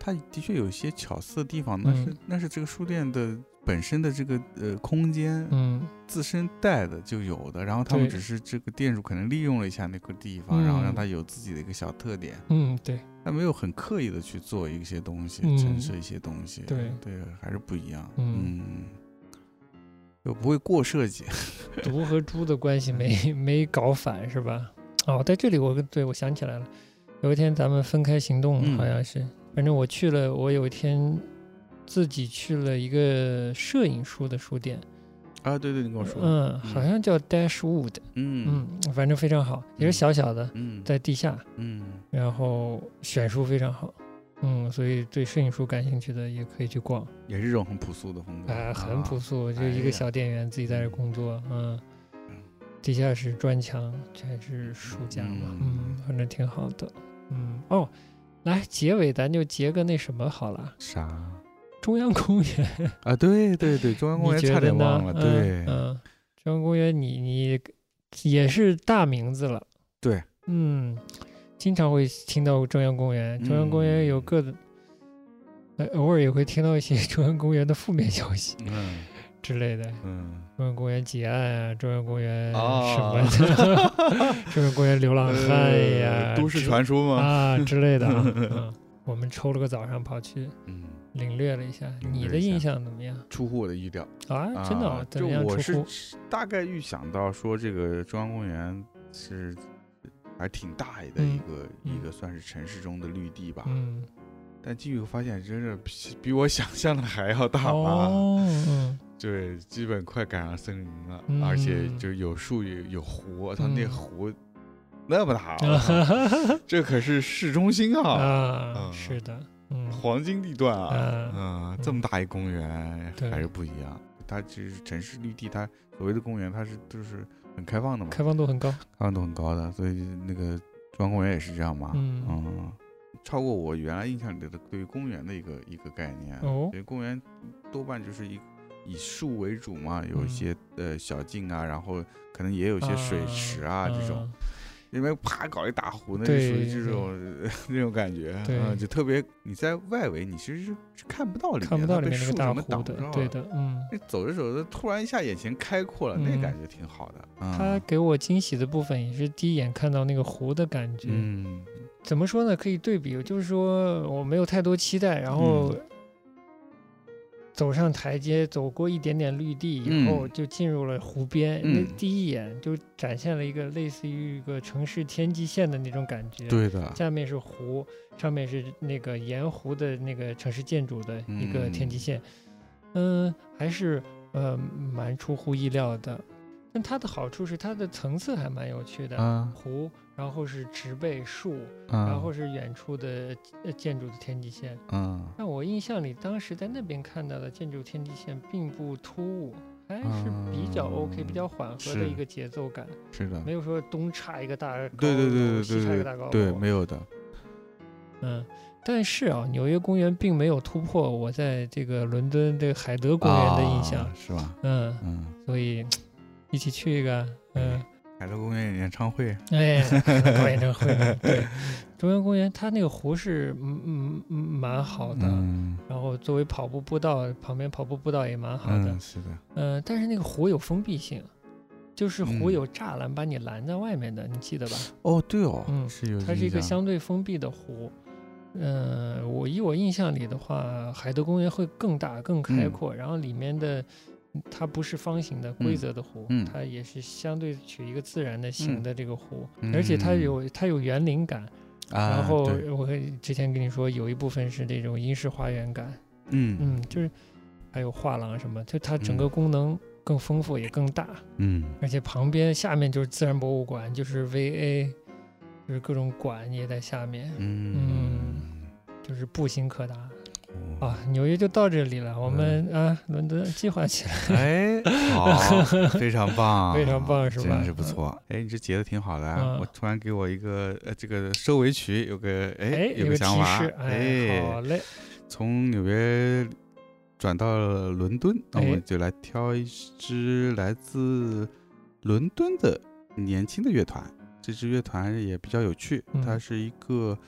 它的确有一些巧思的地方，那是、嗯、那是这个书店的本身的这个呃空间， 嗯， 自身带的就有的，然后他们只是这个店主可能利用了一下那个地方，然后让它有自己的一个小特点。 嗯，对。 他没有很刻意的去做一些东西， 嗯、 陈设一些东西， 对对，还是不一样。 嗯， 又、嗯、不会过设计。 毒和猪的关系没没搞反是吧？哦，在这里我对我想起来了，有一天咱们分开行动，好像是，嗯、反正我去了，我有一天自己去了一个摄影书的书店。 啊，对对，你跟我说， 嗯，好像叫 Dashwood， 嗯嗯，反正非常好，也是小小的， 嗯， 在地下， 嗯， 然后选书非常好，嗯，所以对摄影书感兴趣的也可以去逛， 也是这种很朴素的风格， 啊，很朴素，就一个小店员自己在这工作，嗯，地下是砖墙，全是书架嘛，嗯，反正挺好的，嗯，哦，来结尾咱就结个那什么好了， 啥？ 中央公园啊，对对对，中央公园差点忘了，对， 嗯，中央公园你你也是大名字了， 对， 嗯，经常会听到中央公园，中央公园有个，嗯、偶尔也会听到一些中央公园的负面消息， 嗯， 之类的， 嗯， 中央公园结案啊，中央公园什么的，哦、中央公园流浪汉呀， 呃、都市传说吗？ 啊之类的、啊嗯，我们抽了个早上跑去， 嗯。 领略了一下，你的印象怎么样？ 出乎我的意料啊！真的、哦啊，就我是大概预想到说，这个中央公园是还挺大的一个、嗯、一个算是城市中的绿地吧。 嗯。 但进去发现，真是比比我想象的还要大吧。 哦。嗯。 对，基本快赶上森林了， 嗯、 而且就有树有有湖，它那湖那么大、啊嗯， 这可是市中心啊！ 啊， 嗯、 是的。嗯， 黄金地段啊， 嗯， 嗯这么大一公园还是不一样。它其实城市绿地，它所谓的公园，它是就是很开放的嘛， 开放度很高， 开放度很高的，所以那个中央公园也是这样嘛。 嗯， 嗯超过我原来印象里的对于公园的一个一个概念。 哦， 所以公园多半就是以以树为主嘛，有一些、嗯、呃小径啊，然后可能也有一些水池啊、嗯、这种。因为啪搞一大湖，那就属于这种那种感觉，嗯，就特别你在外围，你其实是看不到里面， 看不到里面那个大湖的，对的，嗯。 你走着走着，突然一下眼前开阔了，嗯、那感觉挺好的。嗯、 他给我惊喜的部分也是第一眼看到那个湖的感觉。 嗯， 怎么说呢？可以对比，就是说我没有太多期待，然后。嗯走上台阶，走过一点点绿地以后，就进入了湖边。那、嗯、第一眼就展现了一个类似于一个城市天际线的那种感觉。 对的， 下面是湖，上面是那个沿湖的那个城市建筑的一个天际线。嗯，呃、还是呃蛮出乎意料的。但它的好处是它的层次还蛮有趣的， 啊、 湖，然后是植被树， 啊、 然后是远处的建筑的天际线。 嗯， 那我印象里当时在那边看到的建筑天际线并不突兀，还是比较 OK、嗯、比较缓和的一个节奏感。 是的， 没有说东插一个大高对对对对对西插一个大高楼， 对，没有的。 嗯，但是啊，纽约公园并没有突破我在这个伦敦这个海德公园的印象， 啊、是吧？ 嗯嗯， 所以。一起去一个，嗯， 海德公园演唱会， 哎，搞演唱会，对，中央公园它那个湖是嗯嗯嗯蛮好的、 嗯， 然后作为跑步步道，旁边跑步步道也蛮好的， 嗯、是的， 嗯、呃，但是那个湖有封闭性，就是湖有栅栏把你拦在外面的，嗯、你记得吧？ 哦，对哦， 嗯， 是有， 它是一个相对封闭的湖。嗯、呃，我以我印象里的话，海德公园会更大、更开阔，嗯、然后里面的。它不是方形的规则的湖、 嗯嗯、 它也是相对取一个自然的形的这个湖、 嗯、 而且它有它有园林感、 啊、 然后我之前跟你说有一部分是那种英式花园感， 嗯嗯，就是还有画廊什么，就它整个功能更丰富也更大， 嗯，而且旁边下面就是自然博物馆，就是 V A， 就是各种馆也在下面， 嗯, 嗯，就是步行可达。啊，纽约就到这里了，我们、嗯、啊，伦敦计划起来。 哎，好，非常棒， 非常棒，是吧？ 真是不错。哎、嗯，你这结的挺好的、啊嗯，我突然给我一个呃，这个收尾曲有个哎，有个想法， 哎，好嘞。 从纽约转到了伦敦，那我们就来挑一支来自伦敦的年轻的乐团。这支乐团也比较有趣， 嗯、 它是一个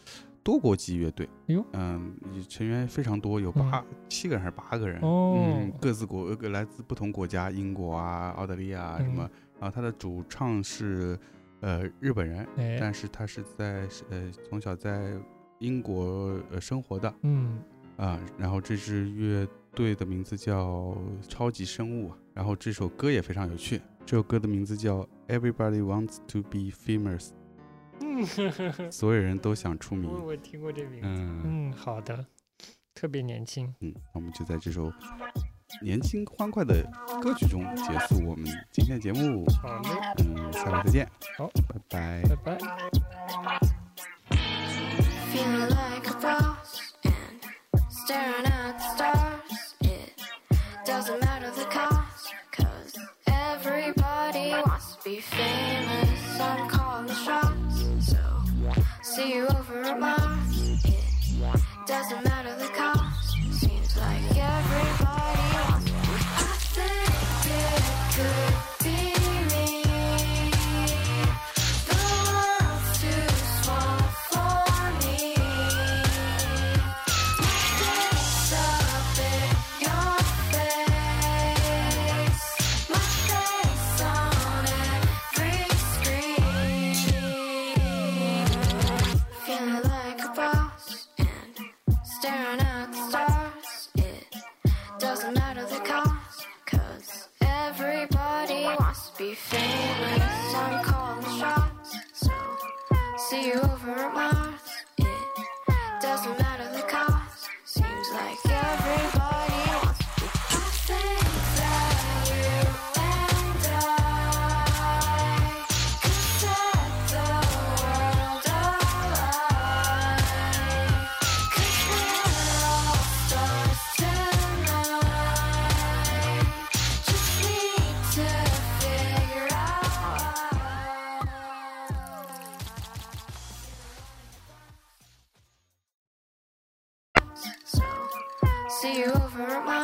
多国籍乐队， 哟， 嗯，成员非常多，有八、嗯、七个人还是八个人， 哦， 嗯，各自国来自不同国家，英国啊、澳大利亚啊什么，嗯、然后他的主唱是呃日本人， 哎、 但是他是在呃从小在英国呃生活的， 嗯啊，然后这支乐队的名字叫超级生物，然后这首歌也非常有趣，这首歌的名字叫 Everybody Wants to Be Famous。所有人都想出名。 我, 我听过这名字。 嗯, 嗯，好的，特别年轻。 嗯，我们就在这首年轻欢快的歌曲中结束我们今天的节目。 好嘞， 嗯，下回再见。 好， 拜拜， 拜拜。 Feeling like a boss and staring at the stars. It doesn't matter the cost, cause everybody wants to be famous. I'm calling the shots, so see you over at Mars. It doesn't matter the cost, seems like everybody wants to be. I think it could be me. The world's too small for me. My face up in your face, my face on every screen. Feeling like a boss and staring at the stars. It doesn't matter the cost, cause everybody wants to be famous. I'm calling the shots, so see you over at Mars. It doesn't matter the cost, seems like everybody wants to be. I think that you and I could set the world alight, cause we're all stars tonight. Just need to figure out why. So see you over at my